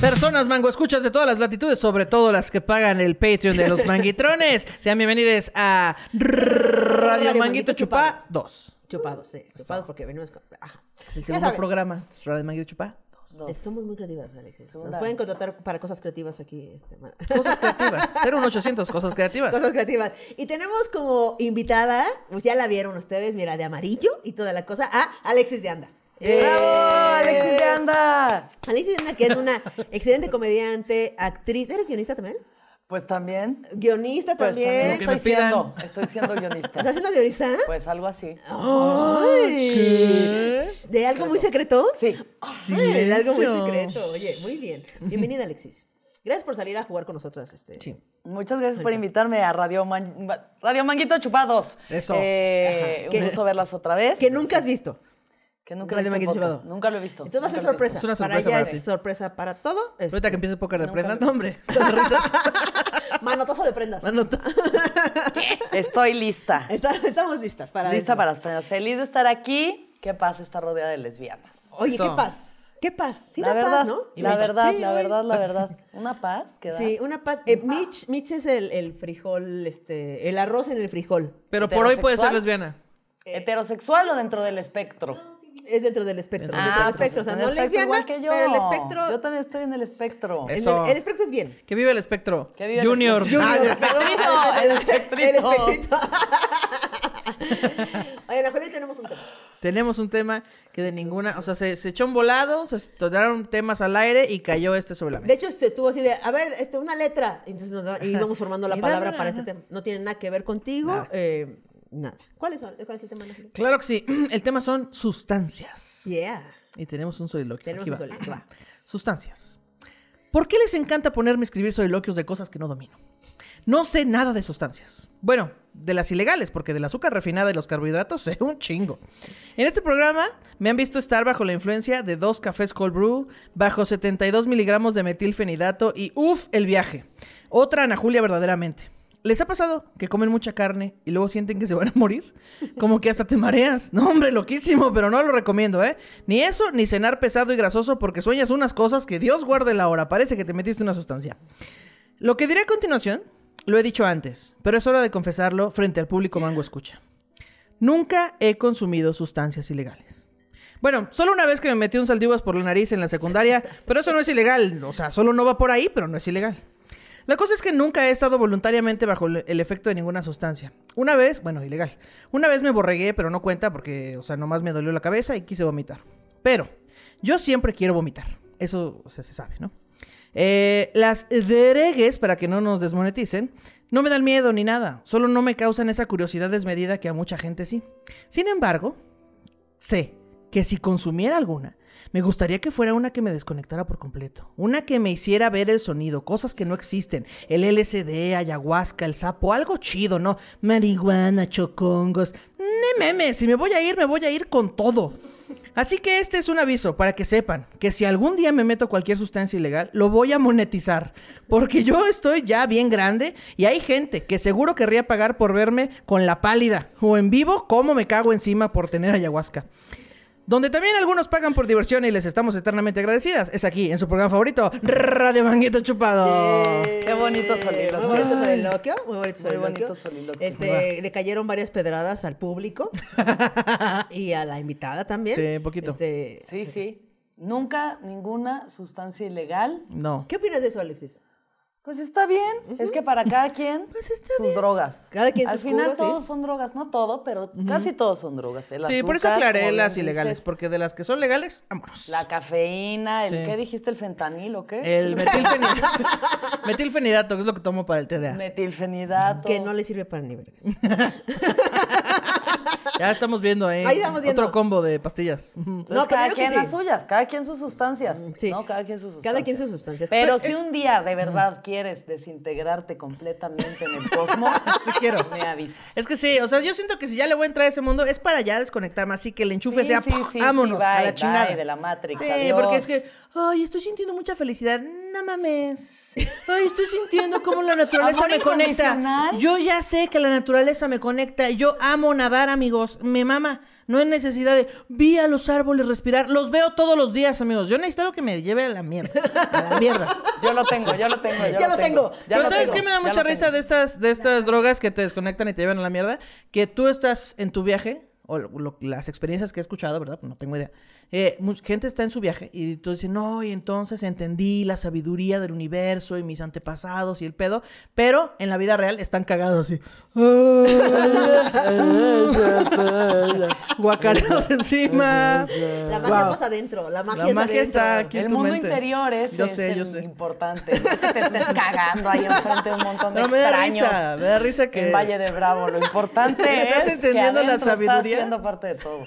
Personas mango escuchas de todas las latitudes, sobre todo las que pagan el Patreon de los manguitrones. Sean bienvenidos a Radio Manguito Chupá 2. Chupados, sí. Chupados porque venimos con... Ajá. Es el segundo programa. Radio Manguito Chupá 2. Somos muy creativas, Alexis. Nos pueden contratar para cosas creativas aquí. Cosas creativas. 01800 cosas creativas. Cosas creativas. Y tenemos como invitada, pues ya la vieron ustedes, mira, de amarillo y toda la cosa, a Alexis de Anda. ¡Bravo! ¡Alexis de Anda! Alexis de Anda, que es una excelente comediante, actriz. ¿Eres guionista también? Pues también. Guionista Pues también. que me estoy siendo guionista. ¿Estás haciendo guionista? Pues algo así. Ay, ¿de algo muy secreto? Sí. Ay, de algo muy secreto. Oye, muy bien. Bienvenida, Alexis. Gracias por salir a jugar con nosotras. Sí. Muchas gracias por invitarme a Radio Manguito Chupá 2. Eso. Un gusto verlas otra vez. Que nunca has visto. Que nunca Radio he visto Manguito podcast. Chupá 2. Nunca lo he visto. Entonces va a ser Nunca lo he sorpresa. Es una Para sorpresa ella para ti. es sorpresa para todo. Ahorita que empiece póker de Nunca prendas, lo no, hombre. Las risas. Manotazo de prendas. Manotas. Estoy lista. Estamos listas para Lista eso. para las prendas. Feliz de estar aquí. ¿Qué pasa? Está rodeada de lesbianas. Oye, Eso. qué paz. Qué paz. Sí, la da verdad, paz, ¿no? la verdad, Sí, la oye. verdad. Una paz que da. Sí, una paz. Mitch es el frijol, el arroz en el frijol. Pero por hoy puede ser ¿Heterosexual? lesbiana. ¿Heterosexual o dentro del espectro? Es dentro del espectro. Ah, Dentro del pues espectro. O sea, en el no espectro lesbiana, igual que yo. pero el espectro... Yo también estoy en el espectro. Eso. El espectro es bien. Que vive el espectro. Que vive el Junior. espectro. Junior. el espectrito, el espectrito. El espectrito. Oye, en la cual tenemos un tema. Tenemos un tema que de ninguna... O sea, se echó un volado, se tiraron temas al aire y cayó este sobre la De mesa. hecho, se estuvo así de, a ver, una letra. Entonces íbamos formando la Y palabra nada. para este tema. No tiene nada que ver contigo. Nada. Nada. ¿Cuál es el tema? Claro que sí. El tema son sustancias. Yeah. Y tenemos un soliloquio. Tenemos Aquí un va. soliloquio, va. Sustancias. ¿Por qué les encanta ponerme a escribir soliloquios de cosas que no domino? No sé nada de sustancias. Bueno, de las ilegales, porque del azúcar refinada y los carbohidratos sé un chingo. En este programa me han visto estar bajo la influencia de 2 cafés cold brew, bajo 72 miligramos de metilfenidato y el viaje. Otra Ana Julia verdaderamente. ¿Les ha pasado que comen mucha carne y luego sienten que se van a morir? Como que hasta te mareas. No, hombre, loquísimo, pero no lo recomiendo, ¿eh? Ni eso, ni cenar pesado y grasoso porque sueñas unas cosas que Dios guarde la hora. Parece que te metiste una sustancia. Lo que diré a continuación, lo he dicho antes, pero es hora de confesarlo frente al público mango escucha. Nunca he consumido sustancias ilegales. Bueno, solo una vez que me metí un saldivas por la nariz en la secundaria, pero eso no es ilegal. O sea, solo no va por ahí, pero no es ilegal. La cosa es que nunca he estado voluntariamente bajo el efecto de ninguna sustancia. Una vez, bueno, ilegal. Una vez me borregué, pero no cuenta porque, o sea, nomás me dolió la cabeza y quise vomitar. Pero yo siempre quiero vomitar. Eso, o sea, se sabe, ¿no? Las dregues, para que no nos desmoneticen, no me dan miedo ni nada. Solo no me causan esa curiosidad desmedida que a mucha gente sí. Sin embargo, sé que si consumiera alguna, me gustaría que fuera una que me desconectara por completo. Una que me hiciera ver el sonido, cosas que no existen. El LSD, ayahuasca, el sapo, algo chido, ¿no? Marihuana, chocongos. Meme, si me voy a ir con todo. Así que este es un aviso para que sepan que si algún día me meto cualquier sustancia ilegal, lo voy a monetizar. Porque yo estoy ya bien grande y hay gente que seguro querría pagar por verme con la pálida o en vivo cómo me cago encima por tener ayahuasca. Donde también algunos pagan por diversión y les estamos eternamente agradecidas. Es aquí, en su programa favorito, Radio Manguito Chupado. Qué bonito soliloquio. Muy bonito soliloquio. Muy bonito Muy soliloquio. bonito soliloquio. Le cayeron varias pedradas al público y a la invitada también. Sí, un poquito. Sí. Nunca ninguna sustancia ilegal. No. ¿Qué opinas de eso, Alexis? Pues está bien. Es que para cada quien sus drogas. Cada quien Al sus final cubos, sí. todos son drogas. No todo, pero casi todos son drogas. El Sí, por eso azúcar, aclaré como las bien ilegales, dices, porque de las que son legales, vámonos. La cafeína, Sí. ¿qué dijiste? ¿El fentanil o qué? El metilfenidato, que es lo que tomo para el TDA. Metilfenidato. Que no le sirve para ni vergas. Ya estamos viendo ahí. Ahí estamos viendo. Otro combo de pastillas. Entonces, No, pero cada yo que quien sí. las suyas, cada quien sus sustancias. Sí. ¿No? Cada quien sus sustancias. Cada quien sus sustancias. Pero si un día de verdad quieres desintegrarte completamente en el cosmos, Sí quiero. me avisas. Es que sí, o sea, yo siento que si ya le voy a entrar a ese mundo es para ya desconectarme, así que el enchufe sea, vámonos, bye, a la chingada. bye de la Matrix, Sí, adiós. porque es que, ay, estoy sintiendo mucha felicidad. No mames. Ay, estoy sintiendo cómo la naturaleza Amor me conecta. incondicional. Yo ya sé que la naturaleza me conecta. Yo amo nadar, amigos. Me mama. No hay necesidad de vi a los árboles respirar. Los veo todos los días, amigos. Yo necesito algo que me lleve a la mierda. A la mierda. Yo lo tengo. Ya lo tengo. Pero ¿sabes qué me da mucha risa de estas drogas que te desconectan y te llevan a la mierda? Que tú estás en tu viaje, o las experiencias que he escuchado, ¿verdad? No tengo idea. Gente está en su viaje y tú dices, no, y entonces entendí la sabiduría del universo y mis antepasados y el pedo, pero en la vida real están cagados así. Guacareos encima. La magia pasa adentro. La magia está aquí en El tu mundo mente. interior es Yo sé. importante. No que te estés cagando ahí enfrente de un montón de No, me extraños. me da risa que... En Valle de Bravo. Lo importante ¿Estás es entendiendo que la adentro sabiduría? estás siendo parte de todo.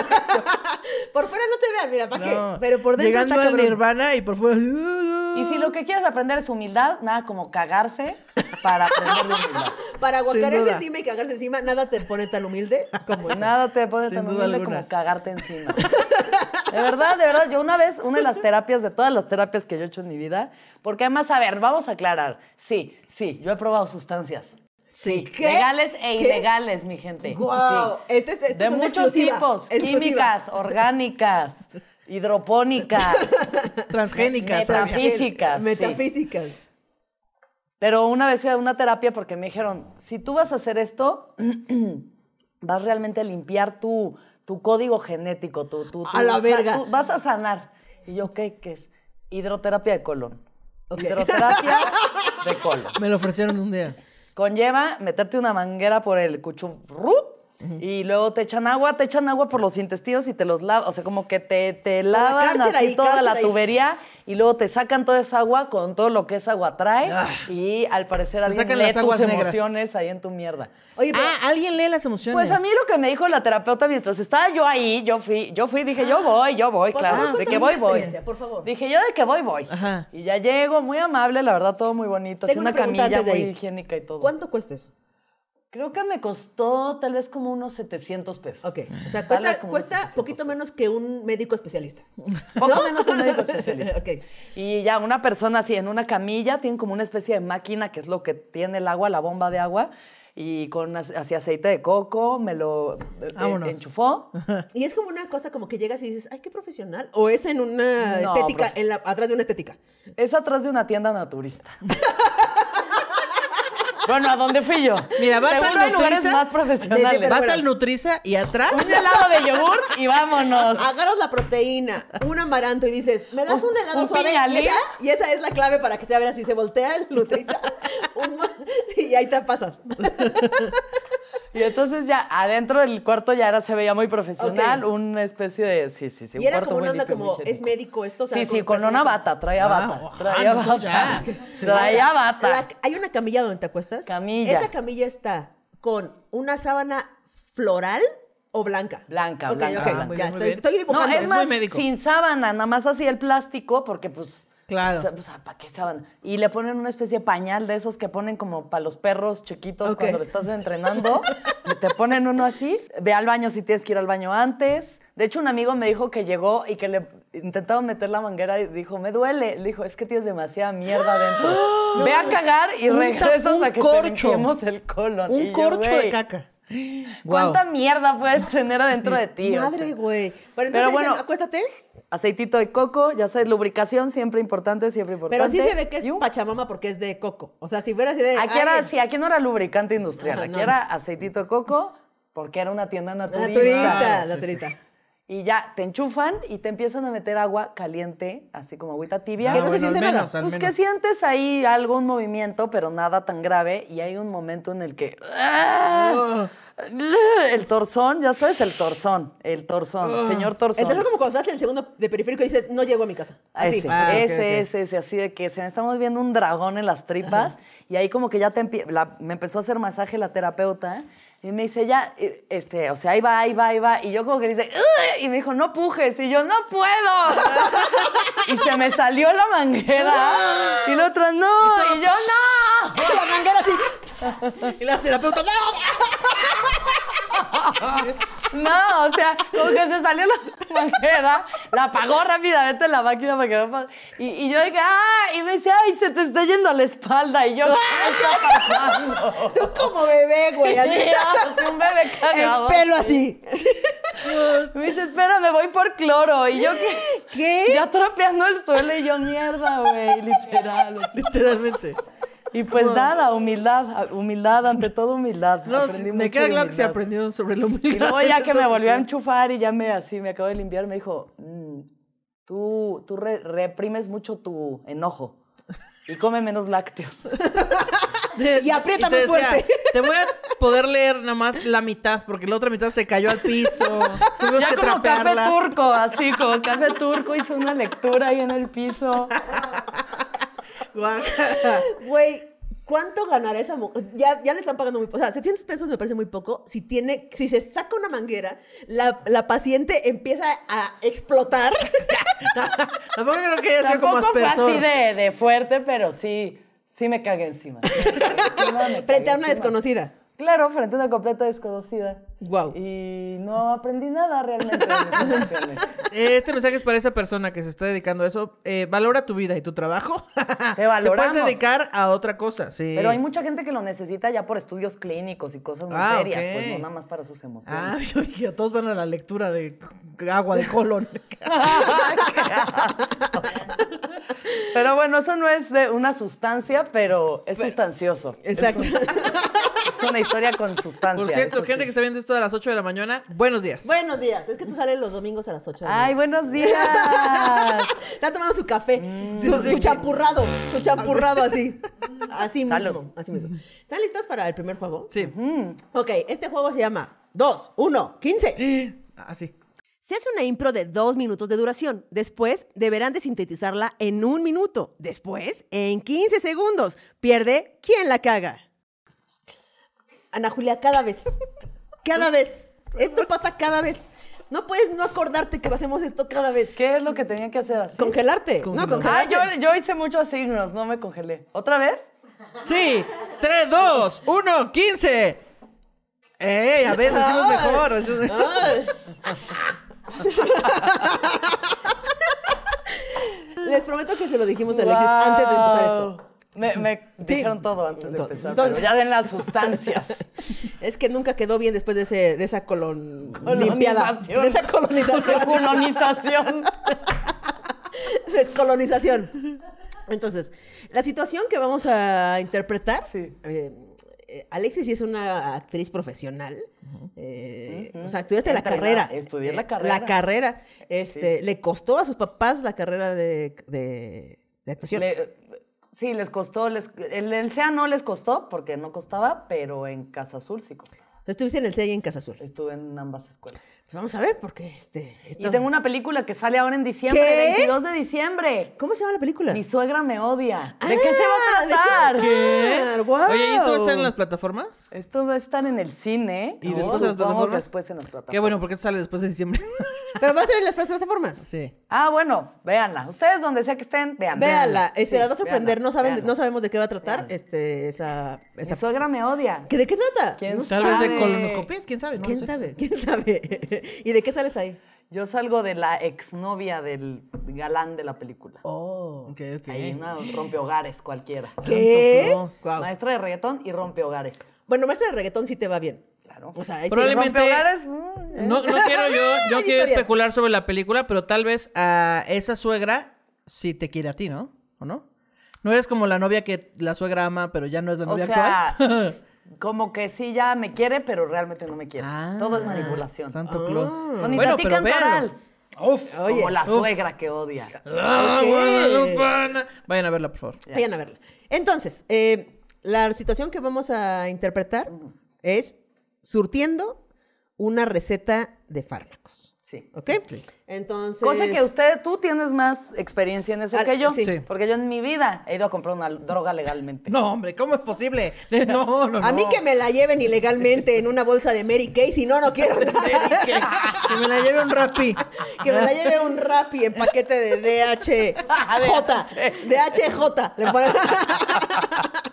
Por fuera no te vean, mira, ¿para No, qué? Pero por dentro llegando está al cabrón. nirvana y por fuera... Y si lo que quieres aprender es humildad, nada como cagarse para aprender de humildad. Para Sin guacarearse duda. encima y cagarse encima, nada te pone tan humilde como eso. Nada te pone Sin tan duda humilde alguna. como cagarte encima. De verdad, yo una vez, una de las terapias, de todas las terapias que yo he hecho en mi vida, porque además, a ver, vamos a aclarar. Sí, yo he probado sustancias. Sí, ¿Qué? legales e ¿Qué? ilegales, mi gente. Wow. Sí. Este De es una muchos exclusiva. tipos, Exclusiva. químicas, orgánicas, hidropónicas, Transgénicas. metafísicas. sí. Metafísicas. Pero una vez fui a una terapia porque me dijeron, si tú vas a hacer esto, vas realmente a limpiar tu código genético. A la verga. Tú vas a sanar. Y yo, ¿qué es? Hidroterapia de colon. Ok. Hidroterapia de colon. Me lo ofrecieron un día. Conlleva meterte una manguera por el cuchurru y luego te echan agua por los intestinos y te los lavan. O sea, como que te lavan cárcel así ahí, toda cárcel la ahí. tubería y luego te sacan toda esa agua con todo lo que esa agua trae y al parecer alguien sacan lee las aguas tus negras. emociones ahí en tu mierda. Oye, pero Alguien lee las emociones. Pues a mí lo que me dijo la terapeuta mientras estaba yo ahí, yo fui, dije, yo voy, por claro, favor, de que cuéntanos voy. la experiencia, por favor. Dije yo de que voy. Ajá. Y ya llego, muy amable, la verdad, todo muy bonito, así tengo una una pregunta camilla antes de muy ahí. higiénica y todo. ¿Cuánto cuesta eso? Creo que me costó tal vez como unos 700 pesos. Ok, o sea, Tal vez como unos cuesta 700 poquito menos que un médico especialista. Poco menos que un médico especialista. Ok. Y ya una persona así en una camilla, tienen como una especie de máquina que es lo que tiene el agua, la bomba de agua, y con así aceite de coco, me lo Vámonos. enchufó. Y es como una cosa como que llegas y dices, ay, qué profesional. O es en una No, estética, atrás de una estética. Es atrás de una tienda naturista. Bueno, ¿a dónde fui yo? Mira, vas Seguro al hay lugares Nutriza, más profesionales. pero Vas bueno. al Nutriza y atrás... Un helado de yogur y vámonos. Agarras la proteína, un amaranto y dices, ¿me das un helado un suave? piñalín. Y esa es la clave para que se abra así. Se voltea el Nutriza. Y ahí te pasas. Y entonces ya adentro del cuarto ya se veía muy profesional, Ok. una especie de... Sí. Y un era cuarto como muy una onda limpio, muy como, ¿es higiénico. médico esto? O sea, Sí, como con persona una como- bata, traía bata. entonces ya. Sí. Traía bata. Hay una camilla donde te acuestas. Camilla. Esa camilla está con una sábana floral o blanca. Blanca, Ok, blanca, ok, blanca. Muy ya bien, muy estoy bien. No, dibujando. es más, muy médico. sin sábana, nada más así el plástico, porque pues... Claro. O sea, pues, ¿para qué sábana? Y le ponen una especie de pañal de esos que ponen como para los perros chiquitos Ok. cuando le estás entrenando. Y te ponen uno así. Ve al baño si tienes que ir al baño antes. De hecho, un amigo me dijo que llegó y que le intentaron meter la manguera y dijo, me duele. Le dijo, es que tienes demasiada mierda adentro. Ve a cagar y regresas un a que corcho. te limpiemos el colon. Y Un yo, corcho de güey, caca. ¿Cuánta Guau. mierda puedes tener adentro de ti? O sea, Madre, güey. Pero entonces Pero bueno, dicen, acuéstate. aceitito de coco, ya sabes, lubricación, siempre importante, siempre importante. Pero sí se ve que es Y un- Pachamama porque es de coco. O sea, si fuera así de... Aquí ay, era, sí, aquí no era lubricante industrial, Ajá, aquí no. era aceitito de coco, porque era una tienda naturista. Naturista, sí, naturista. Y ya te enchufan y te empiezan a meter agua caliente, así como agüita tibia. Que no se siente al nada. menos, al Pues que menos. sientes ahí algún movimiento, pero nada tan grave. Y hay un momento en el que... ¡ah! El torzón, ya sabes, el torzón, señor torzón. Entonces como cuando estás en el segundo de periférico y dices, no llego a mi casa. Así. Ese, Ah, ok, ese, así de que se me estamos viendo un dragón en las tripas y ahí como que ya me empezó a hacer masaje la terapeuta y me dice ya, o sea, ahí va y yo como que le dice, "Ugh", y me dijo, no pujes, y yo, no puedo. Y se me salió la manguera y la otra, no, y yo, no. La manguera así. Y la terapeuta, ¡no! No, o sea, como que se salió la manguera, La apagó rápidamente la máquina para que no pase. Y yo dije, y me dice, ay, se te está yendo a la espalda. Y yo, ¿qué está pasando? Tú como bebé, güey. Así. Sí, un bebé cagado. El pelo así. Me dice, espera, me voy por cloro. Y yo, ¿Qué? ya trapeando el suelo. Y yo, mierda, güey, literal. Literalmente. Y pues nada, humildad, ante todo humildad. No, Aprendí me mucho queda de claro que se humildad. aprendió sobre la humildad. Y luego ya que en me esa volvió a sesión. enchufar y ya me acabo de limpiar, me dijo, tú reprimes mucho tu enojo y come menos lácteos. Y aprieta te más decía, fuerte. Te voy a poder leer nada más la mitad, porque la otra mitad se cayó al piso. Tuvimos Ya que como trapearla. café turco, así como café turco, hizo una lectura ahí en el piso. Guácala. Güey, ¿cuánto ganará esa mujer? Ya le están pagando muy poco. O sea, 700 pesos me parece muy poco. Si se saca una manguera, la paciente empieza a explotar. Tampoco creo que haya sido como Tampoco fue aspersor. así de fuerte, pero sí me cagué encima. Frente a una desconocida. Claro, frente a una completa desconocida. Guau. Y no aprendí nada realmente de mis emociones. Este mensaje es para esa persona que se está dedicando a eso. Valora tu vida y tu trabajo. Te valoramos. puedes dedicar a otra cosa, sí. Pero hay mucha gente que lo necesita ya por estudios clínicos y cosas muy serias, ok. pues no nada más para sus emociones. Ah, yo dije, todos van a la lectura de agua de colon. Qué asco. Pero bueno, eso no es de una sustancia, pero es sustancioso. Exacto. Es una historia con sustancia. Por cierto, eso gente sí. que está viendo esto a las 8 de la mañana, buenos días. Buenos días. Es que tú sales los domingos a las 8 de la ¡Ay, mañana. buenos días! Está tomando su café. Su champurrado. Su champurrado así. Así mismo. Salud. Así mismo. ¿Están listas para el primer juego? Sí. Ok, este juego se llama 2, 1, 15. Así. Se hace una impro de 2 minutos de duración. Después deberán de sintetizarla en 1 minuto. Después, en 15 segundos. Pierde quien la caga. Ana Julia, cada vez. Cada vez. Esto pasa cada vez. No puedes no acordarte que hacemos esto cada vez. ¿Qué es lo que tenía que hacer así? Congelarte. No, Congelar. congelarte. Yo hice muchos signos, no me congelé. ¿Otra vez? Sí. 3, 2, 1, 15. ¡Ey! A ver, lo hicimos mejor. Ay. Les prometo que se lo dijimos a Alexis antes de empezar esto. Me Sí. dijeron todo antes de empezar, Entonces- pero ya den las sustancias. Es que nunca quedó bien después de esa Colonización. limpiada. De esa colonización. Colonización. Descolonización. Entonces, la situación que vamos a interpretar, Sí. Alexis sí es una actriz profesional. O sea, estudiaste la Entrenada. carrera. Estudié la carrera. La carrera. Le costó a sus papás la carrera de actuación. Sí, les costó. El CEA no les costó, porque no costaba, pero en Casa Azul sí costó. Estuviste en el CEA y en Casa Azul. Estuve en ambas escuelas. Pues vamos a ver, porque Y tengo una película que sale ahora en diciembre, ¿Qué? 22 de diciembre. ¿Cómo se llama la película? Mi suegra me odia. ¿De qué se va a ¿de tratar? qué? ¡Guau! Oye, ¿y esto va a estar en las plataformas? Esto va a estar en el cine. ¿Y después en las Supongo plataformas? que después en las plataformas. Qué bueno, porque esto sale después de diciembre. Pero va a estar en las plataformas. Sí. Ah, bueno, véanla. Ustedes donde sea que estén, véanla. Véanla, Sí, las va a sorprender. véanla, véanla. No sabemos de qué va a tratar Véanla. Mi esa... suegra me odia. ¿De qué trata? ¿Quién No Tal sé. vez de sabe? colonoscopias, quién sabe. No ¿Quién lo sé. sabe? ¿Quién sabe? ¿Y de qué sales ahí? Yo salgo de la exnovia del galán de la película. Oh. Ok, ok. Ahí una rompehogares cualquiera. ¿Qué? Claus. Guau. Maestra de reggaetón y rompehogares. Bueno, maestra de reggaetón sí te va bien. Claro. O sea, ahí sí, Probablemente- Rompehogares. No quiero yo Hay quiero historias. especular sobre la película, pero tal vez a esa suegra sí te quiere a ti, ¿no? ¿O no? No eres como la novia que la suegra ama, pero ya no es la O novia sea, actual. como que sí ya me quiere, pero realmente no me quiere. Ah, Todo es manipulación. Santo Claus. Con mi Bueno, tati pero véanlo. Cantoral. Uf. Oye, Como la uf. suegra que odia. Ah, Ok. Guadalupana. Vayan a verla, por favor. Ya. Vayan a verla. Entonces, la situación que vamos a interpretar es surtiendo una receta de fármacos. Sí. ¿Ok? Entonces... Cosa que tú tienes más experiencia en eso Ah, que yo. sí. Porque yo en mi vida he ido a comprar una droga legalmente. No, hombre, ¿cómo es posible? No, no, no. A mí que me la lleven ilegalmente en una bolsa de Mary Kay, si no, no quiero nada. Que me la lleve un Rappi. Que me la lleve un Rappi en paquete de DHJ. DHJ. Le ponen-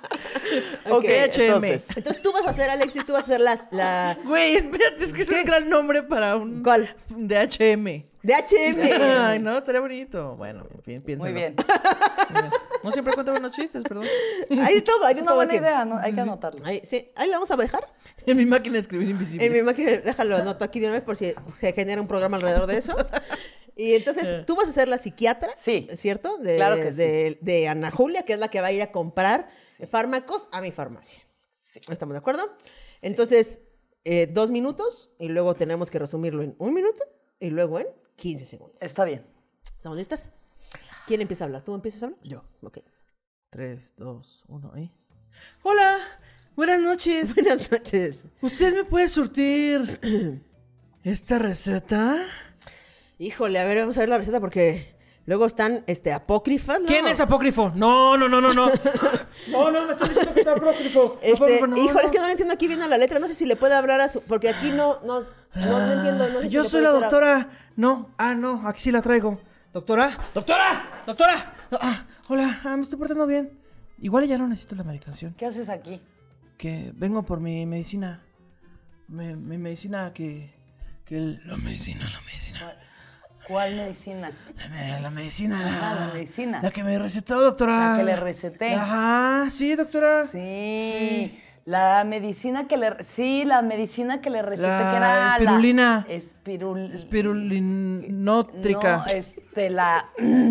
Ok, DHM. Entonces tú vas a hacer, Alexis, tú vas a hacer la... Güey, espérate, es que es un gran nombre para un... ¿Cuál? DHM. DHM. Ay, no, estaría bonito. Bueno, en fin, piénsalo. Muy bien. No siempre cuento buenos chistes, perdón. Hay de todo, hay Es de una todo buena aquí. idea, ¿no? Hay que anotarlo. Ahí, sí, ahí la vamos a dejar. En mi máquina de escribir invisible. En mi máquina, déjalo, anoto aquí de una vez por si se genera un programa alrededor de eso. Y entonces, tú vas a ser la psiquiatra, Sí. ¿cierto? Claro que sí. De Ana Julia, que es la que va a ir a comprar fármacos a mi farmacia. ¿Estamos de acuerdo? Entonces, 2 minutos y luego tenemos que resumirlo en 1 minuto y luego en 15 segundos. Está bien. ¿Estamos listas? ¿Quién empieza a hablar? ¿Tú empiezas a hablar? Yo. Ok. 3, 2, 1, ahí. Hola, buenas noches. Buenas noches. ¿Usted me puede surtir esta receta? Híjole, a ver, vamos a ver la receta porque luego están apócrifas, ¿no? ¿Quién es apócrifo? No. No, me estoy diciendo que está apócrifo. Apócrifo, no, híjole, no. es que no le entiendo aquí viendo la letra. No sé si le puede hablar a su... Porque aquí no entiendo. No sé si Yo le soy puede la hablar a- doctora. No, aquí sí la traigo. ¿Doctora? Hola, me estoy portando bien. Igual ya no necesito la medicación. ¿Qué haces aquí? Que vengo por mi medicina. Mi medicina la medicina. ¿Cuál medicina? La medicina. La medicina. La que me recetó, doctora. La que le receté. Ajá, sí, doctora. Sí. La medicina que le... Sí, la medicina que le receté, La que era espirulina. la... Espirulinótrica. No, la...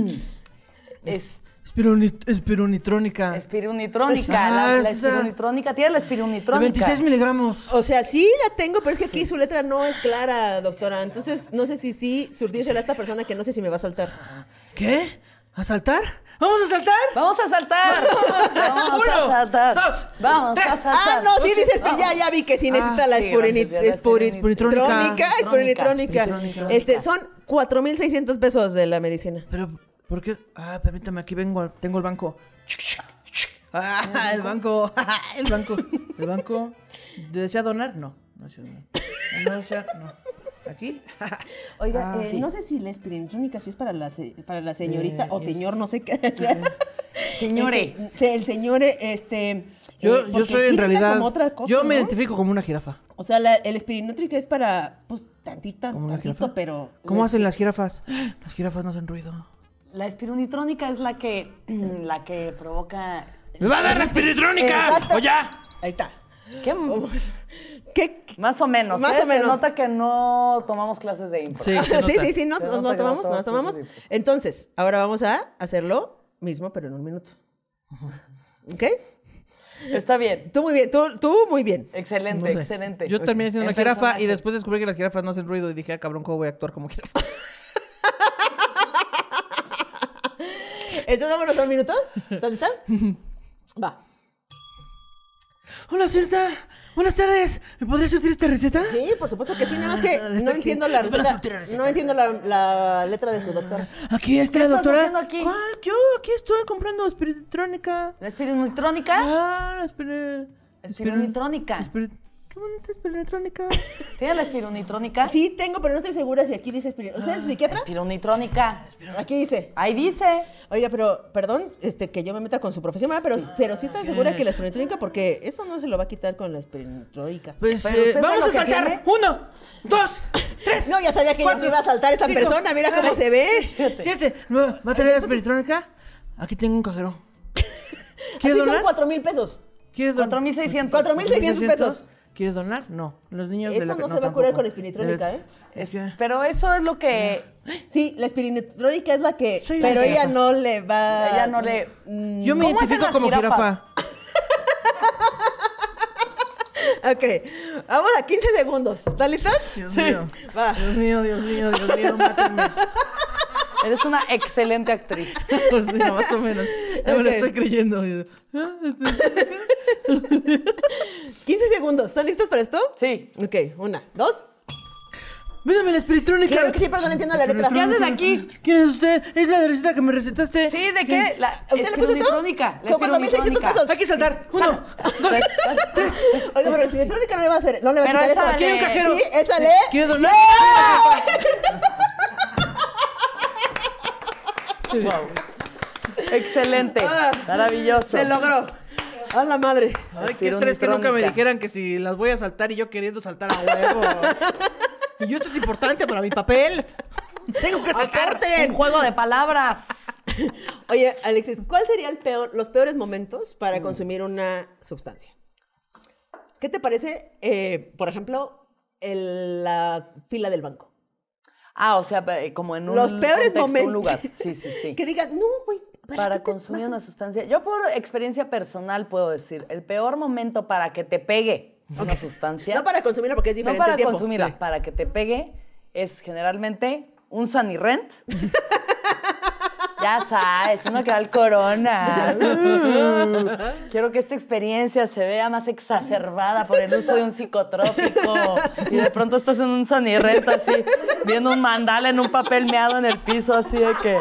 Espirunitrónica. Espirunitrónica. Ah, La esa. espirunitrónica. Tiene la De espirunitrónica. 26 miligramos. O sea, sí la tengo, pero es que aquí su letra no es clara, doctora. Entonces, no sé si sí surtírsela a esta persona que no sé si me va a soltar. ¿Qué? ¿Asaltar? ¿Vamos a asaltar? ¡Vamos a saltar! ¡Vamos a saltar! 2, ¡Vamos 3. a saltar! Ah, no, sí dices, ya vi que sí necesita la sí, gracias, ya la espirunitrónica. espirunitrónica. Son 4,600 pesos de la medicina. Pero, ¿por qué? Permítame, aquí tengo el banco. El banco. El banco. ¿Desea donar? No. No desea donar. No desea, no. ¿Aquí? Oiga, sí. no sé si la espirunitrónica sí es para la señorita o señor, no sé qué sea. Señore. El señor, Yo porque soy aquí en no está realidad. como otra cosa, Yo me ¿no? identifico como una jirafa. O sea, el espirunitrónica es para, pues, tantito, ¿Como una jirafa? pero... ¿Cómo hacen las jirafas? Las jirafas no hacen ruido. La espirunitrónica es la que provoca... ¡Me va a dar la espirutrónica! Exacto. ¡O ya! Ahí está. ¿Qué? Más o menos. Más o menos. Se nota que no tomamos clases de impro. Sí, se nota. Sí, nos Se nota nos que tomamos, no nos tomamos. todos tienen. Entonces, ahora vamos a hacerlo mismo, pero en 1 minuto. ¿Ok? Está bien. Tú muy bien, tú muy bien. Excelente, No sé. excelente. Yo terminé siendo una En jirafa personaje. y después descubrí que las jirafas no hacen ruido y dije, cabrón, ¿cómo voy a actuar como jirafa? Entonces, vámonos a 1 minuto. ¿Dónde está? Va. Hola, señorita. Buenas tardes. ¿Me podría surtir esta receta? Sí, por supuesto que sí, nada más que no aquí. entiendo la Me van a receta. surtir la receta. No entiendo la letra de su doctora. Aquí está la estás doctora. haciendo aquí? ¿Cuál? Yo aquí estoy comprando espiritrónica. ¿La espirunitrónica? La Espirunitrónica. Qué bonita espiritrónica. ¿Tiene la espirunitrónica? Sí, tengo, pero no estoy segura si aquí dice ¿Usted es su psiquiatra? Espirunitrónica. Aquí dice. Ahí dice. Oiga, pero, perdón, que yo me meta con su profesión, ¿verdad? pero sí está segura que la espirulitrónica, porque eso no se lo va a quitar con la espirulitrónica. Pues Pero usted vamos a sabe lo que saltar. tiene. 1, 2, 3. No, ya sabía que ya me iba a saltar esta persona, mira cómo se ve. 7. ¿Va a tener la espiritrónica? Aquí tengo un cajero. Así ¿Quiere son donar? 4,000 pesos. ¿Quiere donar? 4,600. 4,600 pesos. ¿Quiere donar? No. Los niños de Eso la no se va a curar tampoco. con la espiritrónica, ¿eh? Es que... Pero eso es lo que... Sí, la espirulitrónica es la que... Soy pero la ella jirafa. no le va... Ella no le... Yo me ¿Cómo hacen identifico las como jirafas? jirafa. Ok, vamos a 15 segundos. ¿Están listas? Dios mío. Va. Dios mío, mátenme. Eres una excelente actriz. Pues mira, más o menos. Ya me lo Ok. estoy creyendo. 15 segundos. ¿Están listos para esto? Sí. Ok, 1, 2. Mírame la espiritrónica. Claro que sí, perdón, entiendo la letra. ¿Qué haces aquí? ¿Quién es usted? Es la receta que me recetaste. Sí, ¿de qué? La ¿Usted le puso esto? espirunitrónica. La Son 4,600 espirunitrónica. pesos. Hay que saltar. 1, 2, 3. Oiga, pero la espirulitrónica no le va a hacer, no le va a Pero quitar esa eso. le- ¿Quiere un cajero? Sí, esa le... ¿Quiere donar? Wow. Excelente. Maravilloso. Se logró. A la madre. Ay, qué estrés que nunca me dijeran que si las voy a saltar y yo queriendo saltar a huevo. Y yo, esto es importante para mi papel. Tengo que saltarte. Un juego de palabras. Oye, Alexis, ¿cuál serían los peores momentos para consumir una sustancia? ¿Qué te parece, por ejemplo, la fila del banco? Ah, o sea, como en un Los peores contexto, momentos. un lugar. Sí, sí, sí. Que digas, no, güey. Para consumir una sustancia. Yo por experiencia personal puedo decir, el peor momento para que te pegue una sustancia. No para consumirla porque es No diferente para el tiempo. consumirla, Sí. para que te pegue es generalmente un Sanirent. Ya sabes, uno que va al Corona. Quiero que esta experiencia se vea más exacerbada por el uso de un psicotrópico. Y de pronto estás en un Sanirent así, viendo un mandala en un papel meado en el piso, así de que...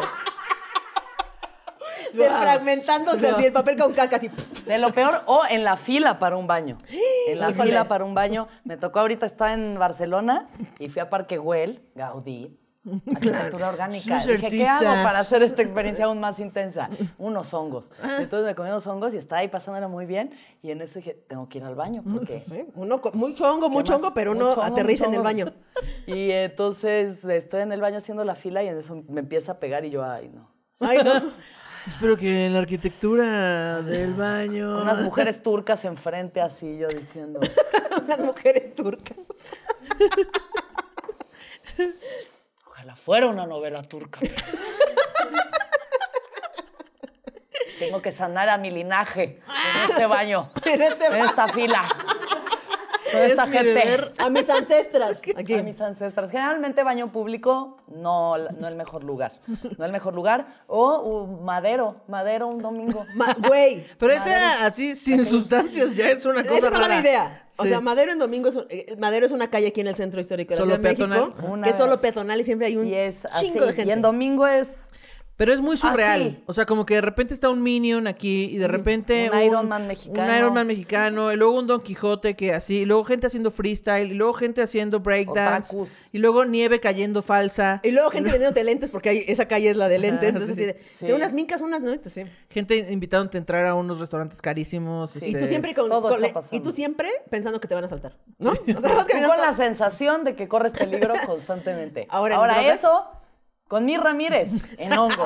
Fragmentándose así, el papel con caca, así. De lo peor, o en la fila para un baño. En la Híjole. fila para un baño. Me tocó ahorita estar en Barcelona y fui a Parque Güell, Gaudí, arquitectura orgánica. Sus Dije, ¿qué hago artistas. para hacer esta experiencia aún más intensa? Unos hongos. Entonces me comí unos hongos y estaba ahí pasándola muy bien. Y en eso dije, tengo que ir al baño porque... Uno muy chongo, pero uno Mucho hongo, aterriza en mucho el baño. hongo. Y entonces estoy en el baño haciendo la fila y en eso me empieza a pegar y yo, ay, no. Ay, no. Espero que en la arquitectura del baño... Unas mujeres turcas enfrente así, yo diciendo... Unas mujeres turcas. Ojalá fuera una novela turca. Tengo que sanar a mi linaje en este baño, En este en esta fila, con Es esta mi gente. deber. A mis ancestras. Aquí. A mis ancestras. Generalmente baño público, no el mejor lugar. No el mejor lugar. O Madero un domingo. Güey. Pero esa así, sin sustancias, ya es una cosa Es una rara. buena idea. O Sí. sea, Madero en domingo Madero es una calle aquí en el centro histórico de la Solo Ciudad de México, peatonal. que es solo peatonal y siempre hay un Y es así. chingo de gente. Y en domingo es Pero es muy surreal. sí. O sea, como que de repente está un Minion aquí y de repente Un Iron Man mexicano. Un Iron Man mexicano, y luego un Don Quijote que así, y luego gente haciendo freestyle, y luego gente haciendo breakdance, Otakus. y luego nieve cayendo falsa, Y luego gente vendiéndote lentes porque esa calle es la de lentes. Ah, Entonces, sí. así de, Sí. de unas mincas, unas no. Entonces, sí. gente invitándote a entrar a unos restaurantes carísimos. Y tú siempre Todo está pasando. y tú siempre pensando que te van a saltar, ¿no? O sea, vas Tú caminando con la sensación de que corres peligro constantemente. Ahora, ¿en drogas? eso, con mi Ramírez, en hongo.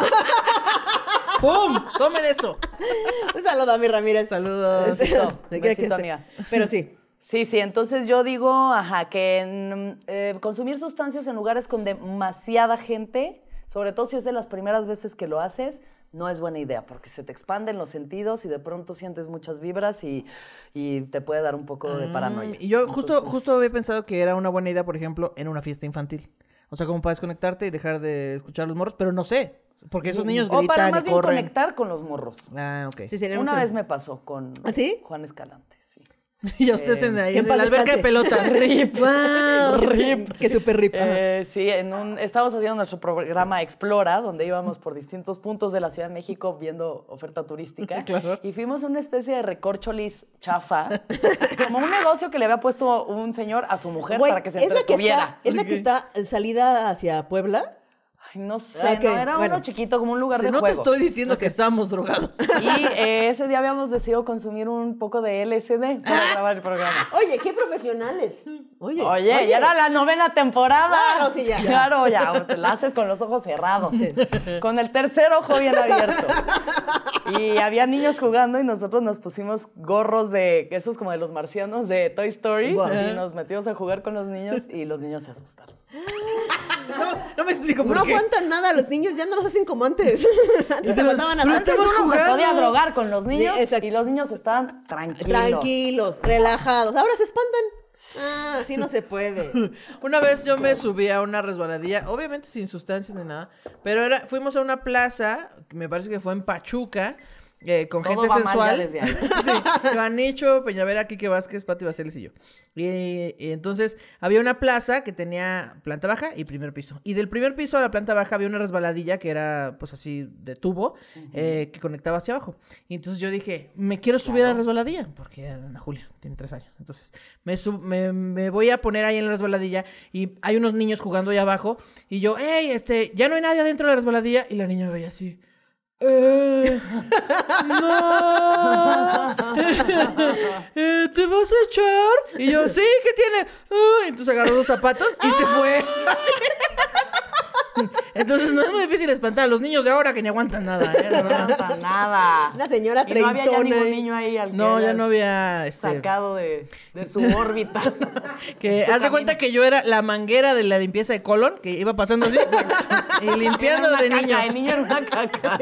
¡Pum! ¡Tomen eso! Un saludo a mi Ramírez. Saludos. Besito, Te quiere besito, que amiga. Pero sí. Sí, entonces yo digo, que consumir sustancias en lugares con demasiada gente, sobre todo si es de las primeras veces que lo haces, no es buena idea, porque se te expanden los sentidos y de pronto sientes muchas vibras y te puede dar un poco de paranoia. Y yo justo Entonces, había pensado que era una buena idea, por ejemplo, en una fiesta infantil. O sea, como para desconectarte y dejar de escuchar los morros, pero no sé. Porque esos niños o para gritan más y bien corren. conectar con los morros. Ah, ok. Sí, sería Una vez me pasó con ¿Ah, sí? Juan Escalante. Sí. Y a ustedes ahí que en en la paz alberca de descanse. pelotas. Rip. Wow. Rip. Que super rip. Ajá. Sí, estábamos haciendo nuestro programa Explora, donde íbamos por distintos puntos de la Ciudad de México viendo oferta turística. Claro. Y fuimos a una especie de recorcholis chafa, como un negocio que le había puesto un señor a su mujer Güey, para que se es la que entretuviera. está, es la que está salida hacia Puebla. Ay, no sé, Ok, no, era bueno. uno chiquito, como un lugar Si de no te juego. estoy diciendo que estábamos drogados. Y ese día habíamos decidido consumir un poco de LSD para grabar el programa. Oye, qué profesionales. Oye, Oye, ya era la 9ª temporada. Claro, sí, ya. Claro, ya, o sea, la haces con los ojos cerrados. Con el tercer ojo bien abierto. Y había niños jugando y nosotros nos pusimos gorros de esos como de los marcianos de Toy Story. Guau. Y nos metimos a jugar con los niños y los niños se asustaron. No me explico por No qué. aguantan nada, los niños ya no los hacen como antes. Antes se mataban a pero Antes estamos uno se jugando. podía drogar con los niños Sí, exacto. y los niños estaban tranquilos. tranquilos, relajados. Ahora se espantan. Ah, así no se puede. Una vez yo me subí a una resbaladilla, obviamente sin sustancias ni nada, pero fuimos a una plaza, que me parece que fue en Pachuca, con Todo gente va mal, sensual. ya les decía. Sí, Iván Nicho, Peñavera, Quique Vázquez, Pati Vaselis y yo. Y entonces había una plaza que tenía planta baja y primer piso. Y del primer piso a la planta baja había una resbaladilla que era pues así de tubo, que conectaba hacia abajo. Y entonces yo dije, me quiero subir a la resbaladilla, porque Ana Julia tiene 3 años. Entonces me voy a poner ahí en la resbaladilla y hay unos niños jugando ahí abajo. Y yo, hey, ya no hay nadie adentro de la resbaladilla. Y la niña me veía así. No. ¿Te vas a echar? Y yo, sí, ¿qué tiene? Entonces agarró los zapatos y se fue. Entonces no es muy difícil espantar a los niños de ahora que ni aguantan nada. No aguanta nada. Una señora Y no había ya treintona. ningún niño ahí al que No, ya hayas no había... sacado de su órbita. Que haz de cuenta que yo era la manguera de la limpieza de colon, que iba pasando así y limpiando Era una de caca, niños. El niño era una caca.